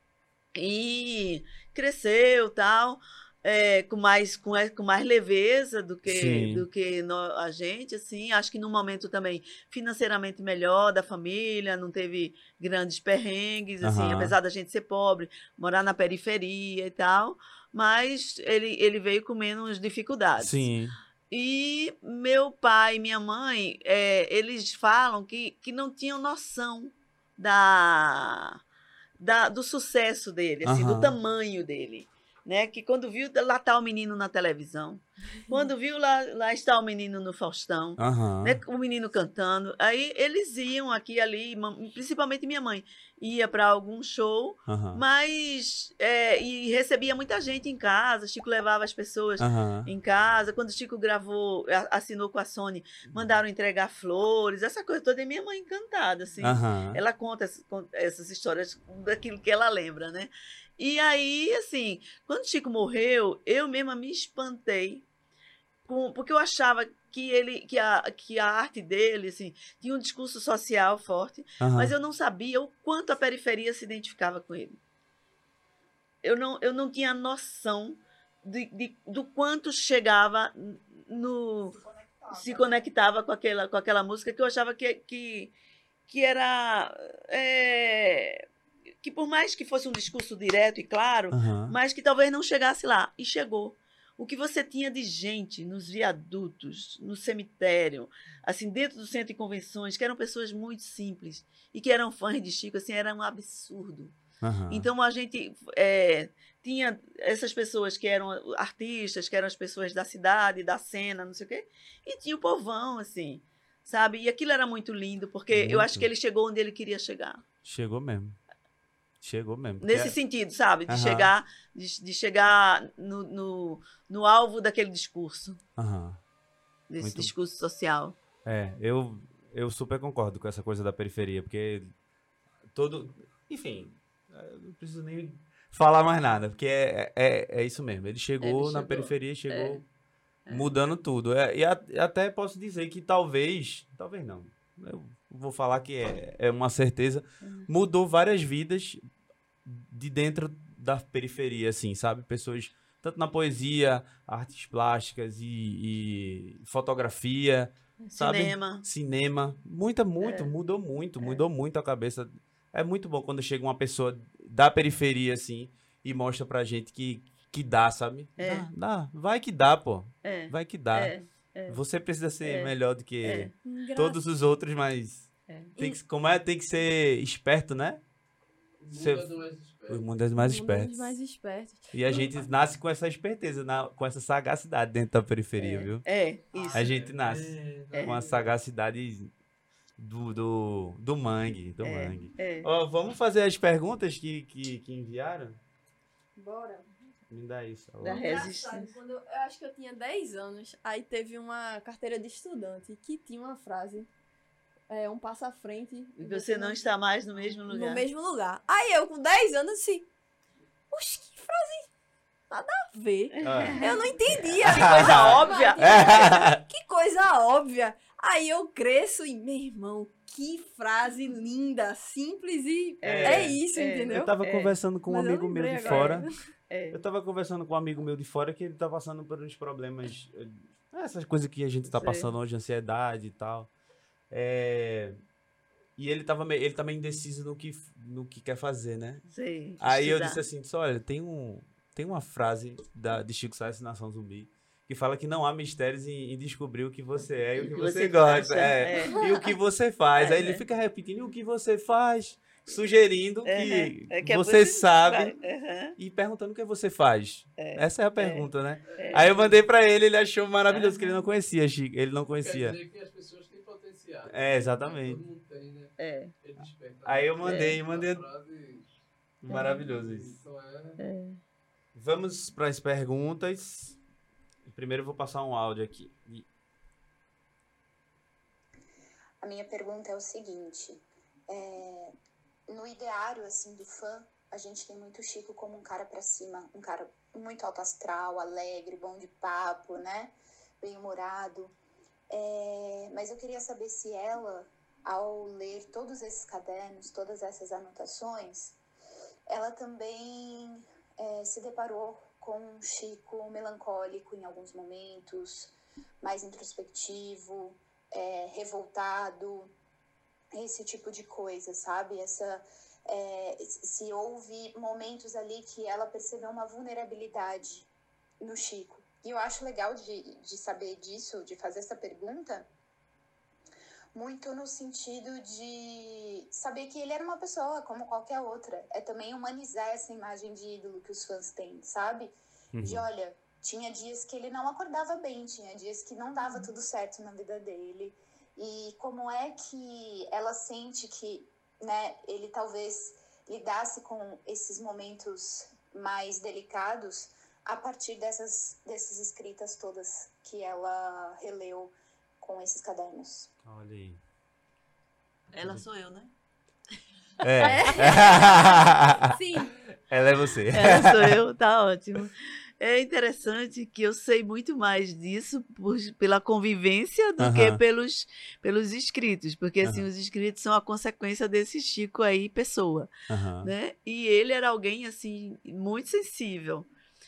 e cresceu, tal, é, com mais com, com mais leveza do que
Sim.
do que nó- a gente, assim. Acho que num momento também financeiramente melhor da família, não teve grandes perrengues, assim,
Aham.
apesar da gente ser pobre, morar na periferia e tal, mas ele ele veio com menos dificuldades.
Sim.
E meu pai e minha mãe, é, eles falam que, que não tinham noção da, da- do sucesso dele, assim,
Aham.
do tamanho dele. Né? Que quando viu, lá está o menino na televisão. Quando viu, lá, lá está o menino no Faustão.
Aham.
Né? O menino cantando. Aí eles iam aqui e ali, mam- principalmente minha mãe, ia para algum show,
Aham.
mas é, e recebia muita gente em casa. Chico levava as pessoas
Aham.
em casa. Quando o Chico gravou, a- assinou com a Sony, mandaram entregar flores, essa coisa toda. E minha mãe encantada, assim.
Aham.
Ela conta essas, con- essas histórias daquilo que ela lembra, né? E aí, assim, quando o Chico morreu, eu mesma me espantei, com, porque eu achava que ele, que a, que a arte dele, assim, tinha um discurso social forte,
Aham.
mas eu não sabia o quanto a periferia se identificava com ele. Eu não, eu não tinha noção de, de- do quanto chegava no,
Se conectar.
se conectava com aquela, com aquela música, que eu achava que, que, que era. é, que por mais que fosse um discurso direto e claro,
Aham.
mas que talvez não chegasse lá. E chegou. O que você tinha de gente nos viadutos, no cemitério, assim, dentro do centro de convenções, que eram pessoas muito simples e que eram fãs de Chico, assim, era um absurdo.
Aham.
Então a gente é, tinha essas pessoas que eram artistas, que eram as pessoas da cidade, da cena, não sei o quê, e tinha o povão, assim, sabe? E aquilo era muito lindo, porque eu acho
Muito.
que ele chegou onde ele queria chegar.
Chegou mesmo. Chegou mesmo.
Nesse
Porque-
sentido, sabe? De
Aham.
chegar, de, de chegar no, no, no alvo daquele discurso,
Aham.
desse
Muito-
discurso social.
É, eu, eu super concordo com essa coisa da periferia, porque todo. Enfim, eu não preciso nem falar mais nada, porque é, é, é isso mesmo. Ele chegou
Ele
na
chegou,
periferia e chegou
é.
mudando tudo. É, e a- e até posso dizer que talvez. Talvez não. Eu vou falar que é, é uma certeza.
Uhum.
Mudou várias vidas de dentro da periferia, assim, sabe? Pessoas, tanto na poesia, artes plásticas e, e fotografia, sabe?
Cinema.
Cinema. Muita, muito, mudou muito, mudou muito a cabeça. É muito bom quando chega uma pessoa da periferia, assim, e mostra pra gente que, que dá, sabe?
É.
Dá, dá. Vai que dá, pô.
É,
Vai que dá.
é,
Você precisa ser
É.
melhor do que
é.
todos os outros, mas
É.
tem que, como é? Tem que ser esperto, né?
O mundo
Você-
é do mais esperto.
O mundo é dos mais
Um dos
espertos.
mais espertos.
E a gente nasce com essa esperteza, na- com essa sagacidade dentro da periferia, viu?
É, isso.
A gente nasce
É,
com a sagacidade do, do, do mangue, do
É.
mangue.
É.
Ó, vamos fazer as perguntas que, que, que enviaram?
Bora.
Me dá isso. ó.
Da
Engraçado,
resistência.
quando eu, eu acho que eu tinha dez anos, aí teve uma carteira de estudante que tinha uma frase, é, um passo à frente.
E você não está mais no mesmo lugar.
No mesmo lugar. Aí eu, com dez anos, assim, oxe, que frase nada a ver.
Ah.
Eu não entendia.
Que coisa óbvia.
Que coisa óbvia. Aí eu cresço e, meu irmão, que frase linda, simples e é,
É,
isso,
é.
entendeu?
Eu tava
É.
conversando com um
Mas eu
amigo meu
lembrei
de
agora.
fora.
É.
Eu tava conversando com um amigo meu de fora que ele tá passando por uns problemas. eh, Essas coisas que a gente tá
Sei.
passando hoje, ansiedade e tal. É, E ele tava meio, ele tá meio indeciso no que, no que quer fazer, né?
Sei,
Aí eu
estudar.
disse assim, disse, olha, tem, um, tem uma frase da, de Chico Science Nação Zumbi que fala que não há mistérios em, em descobrir o que você é e o que você,
Você
gosta.
gosta,
é,
é.
E o que você faz.
É,
Aí ele
é.
fica repetindo, e o que você faz? Sugerindo
É,
que,
é que é
você
você
sabe
vai- Aham.
e perguntando o que você faz.
É,
Essa é a pergunta, né?
é.
Aí eu mandei pra ele, ele achou maravilhoso, que ele não conhecia, Chico. Ele não
Quer
conhecia.
dizer que as pessoas têm potencial.
É, exatamente.
Todo mundo tem, né?
É.
Ele desperta.
Aí eu mandei,
É.
mandei.
A frase,
Maravilhoso isso.
então é...
É.
Vamos para as perguntas. Primeiro eu vou passar um áudio aqui. E-
A minha pergunta é o seguinte, é, no ideário, assim, do fã, a gente tem muito o Chico como um cara pra cima, um cara muito alto astral, alegre, bom de papo, né, bem-humorado, é, mas eu queria saber se ela, ao ler todos esses cadernos, todas essas anotações, ela também é, se deparou com um Chico melancólico em alguns momentos, mais introspectivo, É, revoltado, esse tipo de coisa, sabe? Essa, é, se houve momentos ali que ela percebeu uma vulnerabilidade no Chico. E eu acho legal de, de saber disso, de fazer essa pergunta, muito no sentido de saber que ele era uma pessoa como qualquer outra. É também humanizar essa imagem de ídolo que os fãs têm, sabe? De, olha... Tinha dias que ele não acordava bem, tinha dias que não dava tudo certo na vida dele. E como é que ela sente que, né, ele talvez lidasse com esses momentos mais delicados a partir dessas, dessas escritas todas que ela releu com esses cadernos.
Olha aí.
Ela sou eu, né?
É.
Sim.
Ela é você.
Ela sou eu, tá ótimo. É interessante que eu sei muito mais disso por- pela convivência do que
Aham.
pelos, pelos escritos, porque assim,
Aham.
os escritos são a consequência desse Chico aí, pessoa,
Aham.
né? E ele era alguém assim muito sensível.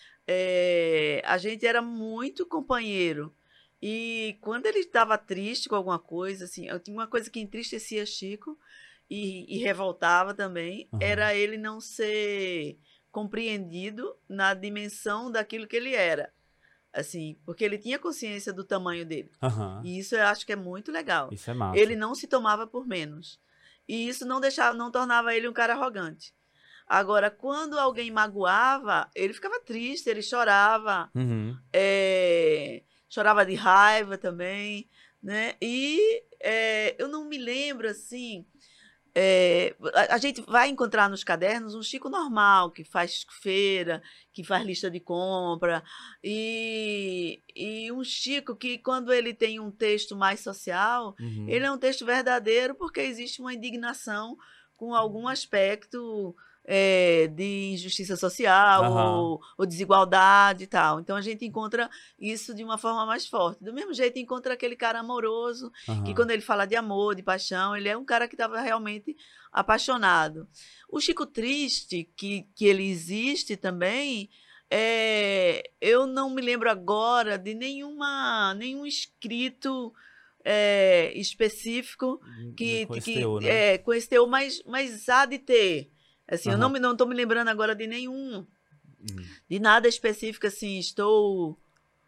É, a gente era muito companheiro. E quando ele estava triste com alguma coisa, assim, eu tinha uma coisa que entristecia Chico e, e revoltava também,
Aham.
era ele não ser compreendido na dimensão daquilo que ele era. Assim, porque ele tinha consciência do tamanho dele.
Aham.
E isso eu acho que é muito legal.
Isso é massa.
Ele não se tomava por menos. E isso não deixava, não tornava ele um cara arrogante. Agora, quando alguém magoava, ele ficava triste, ele chorava,
Uhum.
é, chorava de raiva também, né? E é, eu não me lembro assim. é, a, a gente vai encontrar nos cadernos um Chico normal, que faz feira, que faz lista de compra, e, e um Chico que, quando ele tem um texto mais social,
Uhum.
ele é um texto verdadeiro porque existe uma indignação com algum aspecto é, de injustiça social
Aham.
ou, ou desigualdade e tal. Então a gente encontra isso de uma forma mais forte. Do mesmo jeito, encontra aquele cara amoroso, que
Aham.
quando ele fala de amor, de paixão, ele é um cara que estava realmente apaixonado. O Chico Triste, que, que ele existe também, é, eu não me lembro agora de nenhuma, nenhum escrito é, específico que,
Com esse
que
teor, né?
é, com esse teor, mas, mas há de ter. Assim, eu não
Aham.
me não estou me lembrando agora de nenhum,
Hum.
de nada específico assim, estou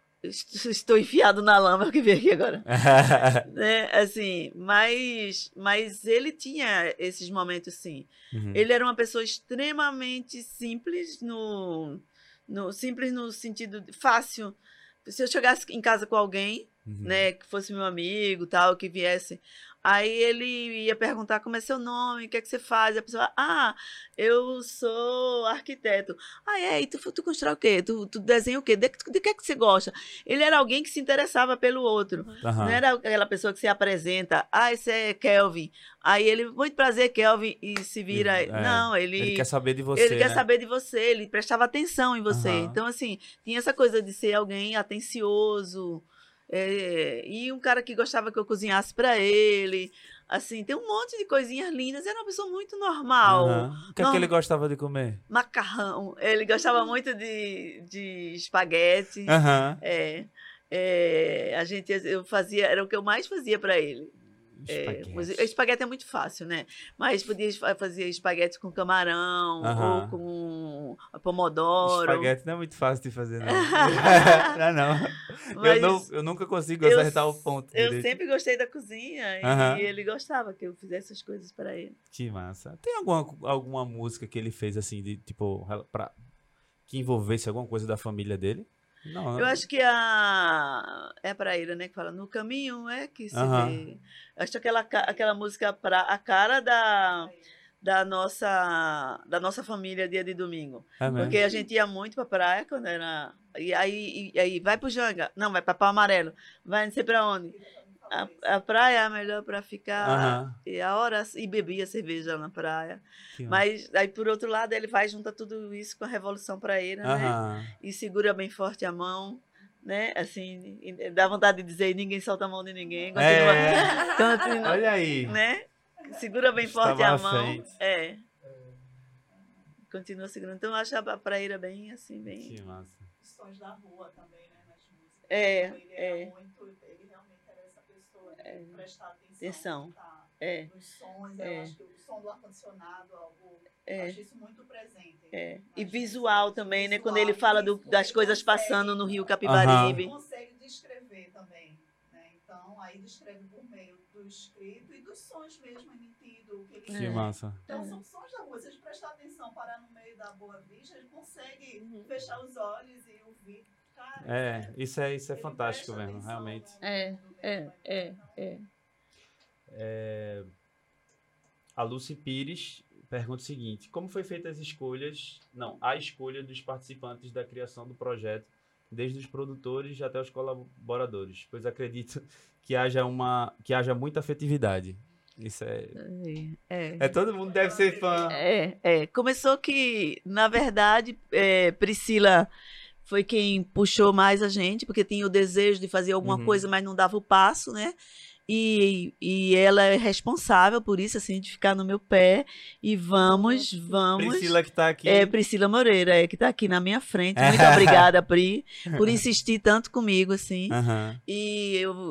estou enfiado na lama que veio aqui agora. Né? Assim, mas, mas ele tinha esses momentos, sim.
Uhum.
Ele era uma pessoa extremamente simples no, no simples no sentido de fácil. Se eu chegasse em casa com alguém,
Uhum.
né, que fosse meu amigo, tal, que viesse, aí ele ia perguntar como é seu nome, o que é que você faz, e a pessoa, ah, eu sou arquiteto. Ah, é, e tu, tu constrói o quê? Tu, tu desenha o quê? De, de que é que você gosta? Ele era alguém que se interessava pelo outro.
Aham.
Não era aquela pessoa que se apresenta, ah, esse é Kelvin. Aí ele, muito prazer, Kelvin, e se vira.
É,
Não, ele.
Ele quer saber de você,
ele quer
né?
saber de você, ele prestava atenção em você.
Aham.
Então, assim, tinha essa coisa de ser alguém atencioso. é, e um cara que gostava que eu cozinhasse para ele. Assim, tem um monte de coisinhas lindas. Era uma pessoa muito normal.
Aham. O que é que
Norm-
ele gostava de comer?
Macarrão. Ele gostava muito de, de espaguete.
Aham.
É, é, a gente, eu fazia, era o que eu mais fazia para ele. É, mas
Espaguete.
espaguete é muito fácil, né? Mas podia fa- fazer espaguete com camarão
Aham.
ou com pomodoro.
Espaguete não é muito fácil de fazer, não. Não, é não. Eu,
Mas
não, eu nunca consigo
eu
acertar o ponto
Eu
direito.
sempre gostei da cozinha e
Aham.
ele gostava que eu fizesse essas coisas para ele.
Que massa. Tem alguma, alguma música que ele fez assim, de tipo, pra, que envolvesse alguma coisa da família dele? Não,
Eu acho que a. É a Praíra, né? Que fala, no caminho é que se
Aham.
vê. Acho aquela, ca- aquela música pra, a cara da, da, nossa, da nossa família dia de domingo.
é mesmo.
Porque a gente ia muito pra praia quando era. E aí, e aí vai pro Janga. Não, vai pra Pau Amarelo. Vai não sei pra onde. A, a praia é a melhor pra ficar.
Aham.
E a hora. E bebia cerveja na praia.
Que massa.
Mas aí, por outro lado, ele vai junta tudo isso com a Revolução Praeira, né?
Aham.
E segura bem forte a mão, né? Assim, e dá vontade de dizer, ninguém solta a mão de ninguém. Continua,
É.
continua,
Olha aí.
né? Segura bem
Estava
forte a
à
mão.
frente.
É. Continua segurando. Então, eu acho a praíra bem, assim, bem...
Que massa.
Os sons da rua também, né? Nas músicas.
É,
Então, ele era
é.
muito, ele realmente era essa pessoa de
É.
prestar atenção.
Atenção.
Tá,
É,
nos sons,
É.
eu acho que o som do ar-condicionado, algo,
É.
eu acho isso muito presente.
é.
nas
E
músicas.
visual também, né? Quando
Visual,
ele fala do-
isso,
das
ele
coisas
consegue-
passando no Rio
Ele
Capibaribe.
consegue descrever também, né? Então, aí descreve por meio do escrito e dos sons mesmo emitido. Que ele
Que
É.
massa.
Então,
É.
são sons da rua. Se a gente prestar atenção, parar no meio da Boa Vista, a gente consegue
Uhum.
fechar os olhos e ouvir. Cara,
É, isso é, isso é
ele
fantástico
presta
mesmo,
atenção
realmente.
no-
É,
no mundo
é,
dele,
é,
então,
é.
É, a Lucy Pires pergunta o seguinte: como foi feita as escolhas, não, a escolha dos participantes da criação do projeto, desde os produtores até os colaboradores? Pois acredito que haja uma, que haja muita afetividade. Isso é,
É.
é todo mundo deve ser fã.
É, é. Começou que, na verdade, é, Priscila foi quem puxou mais a gente, porque tinha o desejo de fazer alguma
Uhum.
coisa, mas não dava o passo, né? E, e ela é responsável por isso, assim, de ficar no meu pé. E vamos, vamos.
Priscila que tá aqui.
É Priscila Moreira, é, que está aqui na minha frente. Muito obrigada, Pri, por insistir tanto comigo, assim.
Aham.
E eu,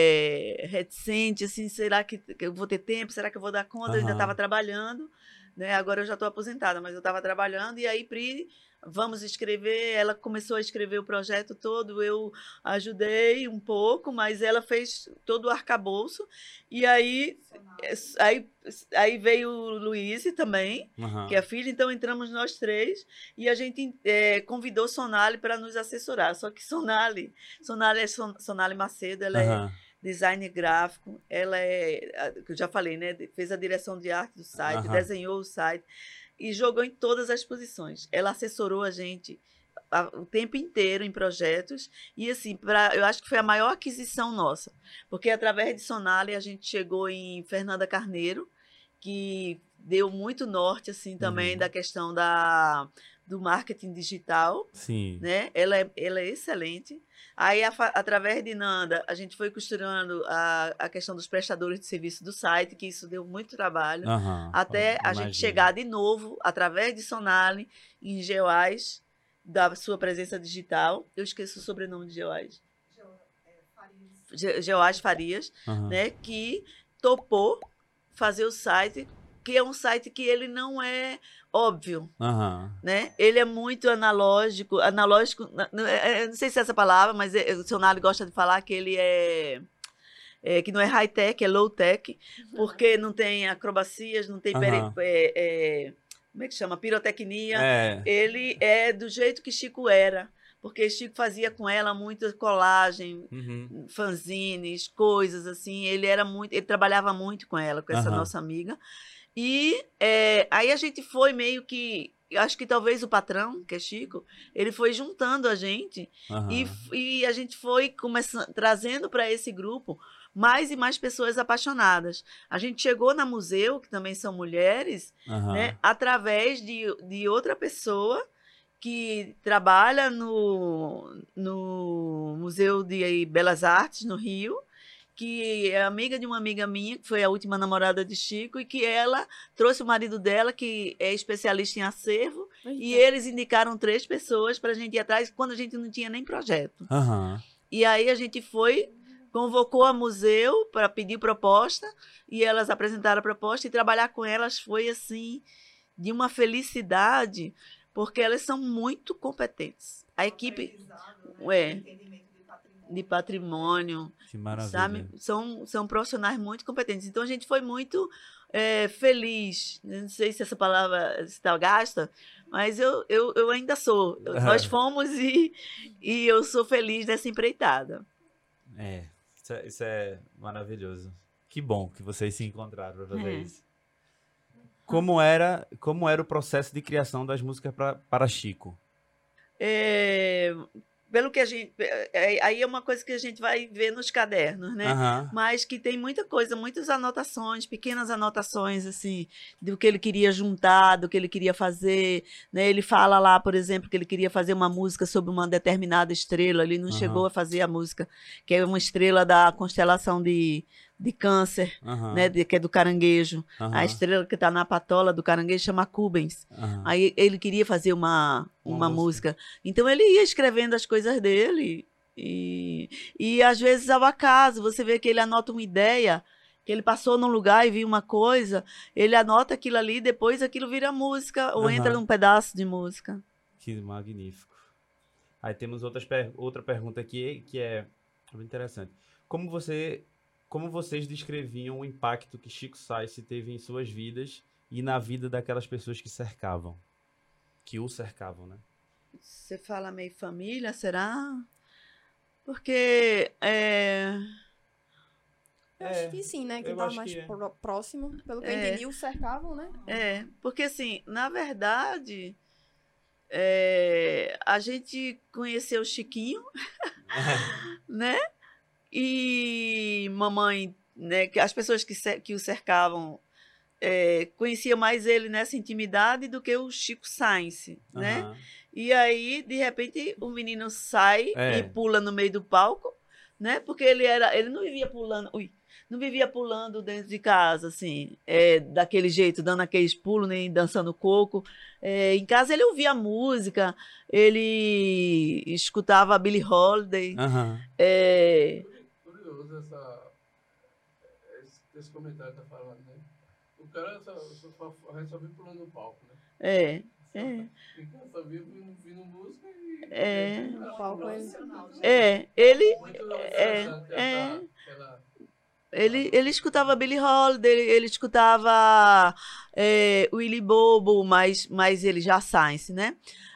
é, reticente, assim, será que, que eu vou ter tempo? Será que eu vou dar conta? Eu ainda
Aham.
estava trabalhando, né? Agora eu já estou aposentada, mas eu estava trabalhando. E aí, Pri, vamos escrever. Ela começou a escrever o projeto todo, eu ajudei um pouco, mas ela fez todo o arcabouço. E aí, é, aí, aí veio o Luiz também,
Aham.
que é a filha, então entramos nós três e a gente é, convidou Sonali para nos assessorar. Só que Sonali, Sonali é Son- Sonali Macedo, ela é
Aham.
designer gráfico, ela é, a- que eu já falei, né? Fez a direção de arte do site,
Aham.
desenhou o site e jogou em todas as posições. Ela assessorou a gente a- o tempo inteiro em projetos e assim, pra, eu acho que foi a maior aquisição nossa, porque através de Sonali a gente chegou em Fernanda Carneiro, que deu muito norte assim também
Uhum.
da questão da, do marketing digital,
Sim.
né? Ela é, ela é excelente. Aí, a fa- através de Nanda, a gente foi costurando a, a questão dos prestadores de serviço do site, que isso deu muito trabalho,
Aham.
até a
Imagino.
gente chegar de novo, através de Sonali, em Geoás, da sua presença digital. Eu esqueço o sobrenome de Geoás.
Geo- é, Farias.
Ge- Geoás Farias,
Aham.
né? Que topou fazer o site, que é um site que ele não é óbvio,
Aham.
né? Ele é muito analógico, analógico, na- na- é- eu não sei se é essa palavra, mas é- o Sonali gosta de falar que ele é, é, que não é high-tech, é low-tech, porque não tem acrobacias, não tem peri-
Aham.
é, é, como é que chama? Pirotecnia.
É.
Ele é do jeito que Chico era, porque Chico fazia com ela muita colagem,
Uhum.
fanzines, coisas assim. Ele era muito, ele trabalhava muito com ela, com essa
Aham.
nossa amiga. E é, aí a gente foi meio que, eu acho que talvez o patrão, que é Chico, ele foi juntando a gente
Aham.
e, f- e a gente foi começando, trazendo para esse grupo mais e mais pessoas apaixonadas. A gente chegou na Museu, que também são mulheres,
Aham.
né, através de, de outra pessoa que trabalha no, no Museu de Belas Artes, no Rio, que é amiga de uma amiga minha, que foi a última namorada de Chico, e que ela trouxe o marido dela, que é especialista em acervo, e eles indicaram três pessoas para a gente ir atrás, quando a gente não tinha nem projeto.
Aham.
E aí a gente foi, convocou a museu para pedir proposta, e elas apresentaram a proposta, e trabalhar com elas foi, assim, de uma felicidade, porque elas são muito competentes. A equipe
Aprendizado,
é.
né? Entendimento de patrimônio.
de patrimônio,
Que maravilha.
sabe? São, são profissionais muito competentes. Então, a gente foi muito é, feliz. Não sei se essa palavra está gasta, mas eu, eu, eu ainda sou. Nós fomos e, e eu sou feliz dessa empreitada.
É, isso é, isso é maravilhoso. Que bom que vocês se encontraram para fazer
É.
isso. Como era, como era o processo de criação das músicas pra, para Chico?
É, pelo que a gente. é, Aí é uma coisa que a gente vai ver nos cadernos, né?
Aham.
Mas que tem muita coisa, muitas anotações, pequenas anotações, assim, do que ele queria juntar, do que ele queria fazer, né? Ele fala lá, por exemplo, que ele queria fazer uma música sobre uma determinada estrela, ele não
Aham.
chegou a fazer a música, que é uma estrela da constelação de, de Câncer,
Aham.
né? De- que é do caranguejo.
Aham.
A estrela que está na patola do caranguejo chama Cubens.
Aham.
Aí ele queria fazer uma,
Uma
uma música. Então ele ia escrevendo as coisas dele. E, e às vezes ao acaso, você vê que ele anota uma ideia, que ele passou num lugar e viu uma coisa, ele anota aquilo ali, depois aquilo vira música, ou
Aham.
entra num pedaço de música.
Que magnífico. Aí temos outras per- outra pergunta aqui que é muito interessante. Como você, como vocês descreviam o impacto que Chico Science teve em suas vidas e na vida daquelas pessoas que cercavam, que o cercavam, né?
Você fala meio família, será? Porque é,
Eu
É,
acho que sim, né? Quem
eu
tava
acho
mais
que é.
pró- próximo, pelo que eu
É.
entendi, o cercavam, né?
é, porque assim, na verdade, é, a gente conheceu o Chiquinho, né? E mamãe, né? Que as pessoas que, cer- que o cercavam é, conheciam mais ele nessa intimidade do que o Chico Science, né?
Aham.
E aí, de repente, o menino sai
É.
e pula no meio do palco, né? Porque ele era, ele não vivia pulando, ui, não vivia pulando dentro de casa, assim, é, daquele jeito, dando aqueles pulos, nem dançando coco. É, em casa ele ouvia música, ele escutava Billie Holiday.
Aham.
É,
Curioso essa, esse, esse comentário que tá falando, né? O cara só, só, só, a gente só viu pulando no palco, né?
é,
Só,
é.
Então só viu vindo música e.
É.
e-
O palco é-
Profissional, gente.
é, ele,
Muito
é,
interessante
é.
essa- aquela-
Ele, ele escutava Billie Holiday, ele, ele escutava é, Willy Bobo, mas, mas ele já Science, né?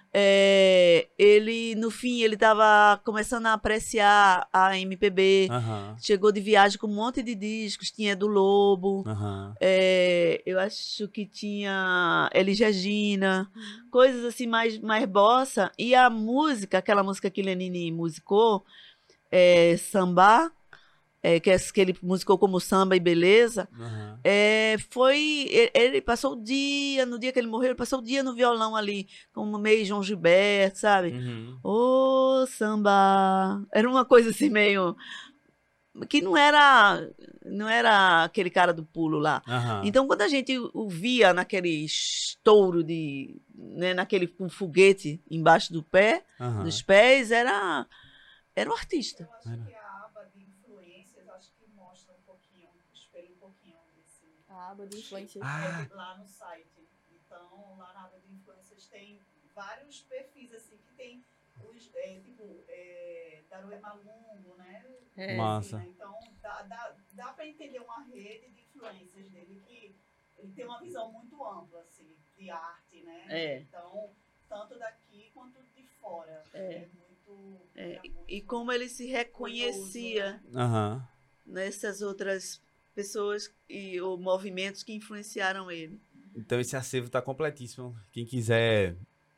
É, ele, no fim, ele estava começando a apreciar a M P B,
Aham.
chegou de viagem com um monte de discos, tinha do Lobo,
Aham.
é, eu acho que tinha Elis Regina, coisas assim mais, mais bossa, e a música, aquela música que Lenine musicou, é, Samba, é, que, é- que ele musicou como Samba e Beleza,
Aham.
é, foi. e- Ele passou o dia, no dia que ele morreu, ele passou o dia no violão ali, como meio João Gilberto, sabe?
Uhum.
Ô, samba! Era uma coisa assim meio. Que não era, não era aquele cara do pulo lá.
Aham.
Então, quando a gente o via naquele estouro de. Né, naquele com foguete embaixo do pé,
Aham.
dos pés, era, era um artista.
Eu acho que a aba de influências, acho que mostra um pouquinho, espelha um pouquinho desse.
A aba de influência.
Ah.
É, lá no site. Então, lá na aba de influências tem vários perfis, assim, que tem os, é, tipo, é, Darué Malungo, né?
É.
Massa.
Assim, né? Então, dá, dá, dá para entender uma rede de influências dele que ele tem uma visão muito ampla, assim, de arte, né?
É.
Então, tanto daqui quanto de fora.
É.
muito...
É,
era muito
E como ele se reconhecia
Aham.
nessas outras pessoas e ou movimentos que influenciaram ele.
Então esse acervo tá completíssimo. Quem quiser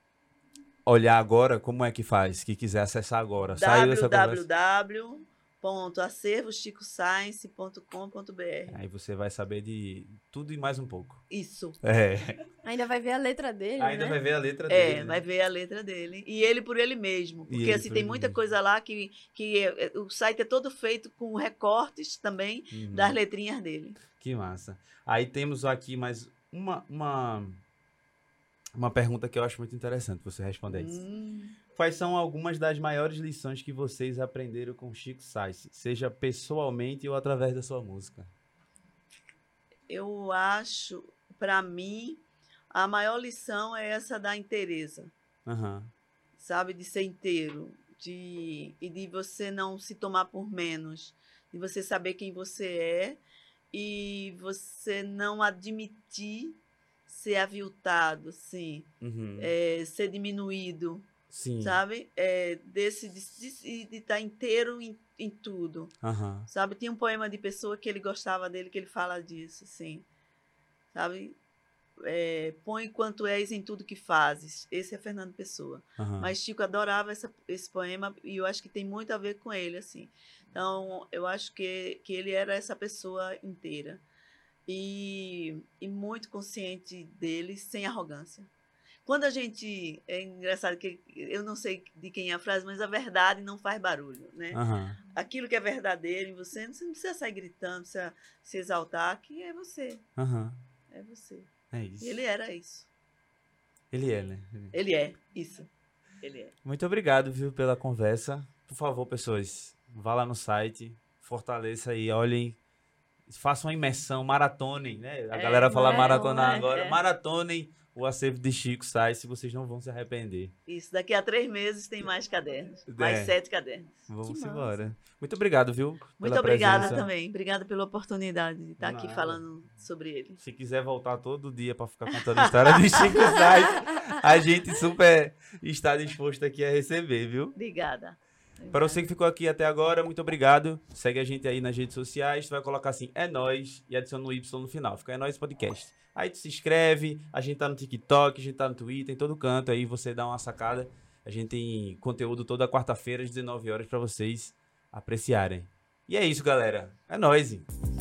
olhar agora, como é que faz? Quem quiser acessar agora. Saiu essa conversa.
w w w ponto acervo chico science ponto com ponto b r.
Aí você vai saber de tudo e mais um pouco.
Isso.
É.
Ainda vai ver a letra dele,
Ainda
né?
vai ver a letra
É,
dele.
vai
né?
ver a letra dele. E ele por ele mesmo.
E
Porque
ele
assim,
por
tem
ele
muita
mesmo.
coisa lá que, que é- é- o site é todo feito com recortes também
Uhum.
das letrinhas dele.
Que massa. Aí temos aqui mais uma, uma, uma pergunta que eu acho muito interessante você responder isso.
Hum.
Quais são algumas das maiores lições que vocês aprenderam com Chico Science, seja pessoalmente ou através da sua música?
Eu acho, para mim, a maior lição é essa da inteireza,
Aham.
sabe? De ser inteiro, de, e de você não se tomar por menos, de você saber quem você é e você não admitir ser aviltado, assim,
Uhum.
é, ser diminuído,
Sim.
sabe? É, desse, de estar inteiro em, em tudo,
Aham.
sabe? Tinha um poema de Pessoa que ele gostava dele, que ele fala disso, assim, sabe? É, põe quanto és em tudo que fazes. Esse é Fernando Pessoa.
Aham.
Mas Chico adorava essa, esse poema e eu acho que tem muito a ver com ele, assim. Então, eu acho que, que ele era essa pessoa inteira. E, e muito consciente dele, sem arrogância. Quando a gente... É engraçado que eu não sei de quem é a frase, mas a verdade não faz barulho, né?
Aham.
Aquilo que é verdadeiro em você, você não precisa sair gritando, precisa se exaltar, que é você.
Aham.
É você.
É isso.
E ele era isso.
Ele é, né?
Ele é isso. Ele é.
Muito obrigado, viu, pela conversa. Por favor, pessoas, vá lá no site, fortaleça aí, olhem, façam uma imersão, maratonem, né? A
É,
galera fala
maratona,
maratonar
é,
agora.
é.
Maratonem o acervo de Chico Sainz, vocês não vão se arrepender.
Isso. Daqui a três meses tem mais cadernos. Mais
É.
sete cadernos.
Vamos
massa.
embora. Muito obrigado, viu?
Muito
pela
obrigada
presença.
também. Obrigada pela oportunidade de estar aqui
Nada.
falando sobre ele.
Se quiser voltar todo dia para ficar contando a história de Chico Sainz, a gente super está disposto aqui a receber, viu?
Obrigada.
Para você que ficou aqui até agora, muito obrigado. Segue a gente aí nas redes sociais. Tu vai colocar assim, é nóis, e adiciona um Y no final. Fica É Nóis Podcast. Aí tu se inscreve, a gente tá no TikTok, a gente tá no Twitter, em todo canto. Aí você dá uma sacada. A gente tem conteúdo toda quarta-feira, às dezenove horas, para vocês apreciarem. E é isso, galera. É nóis.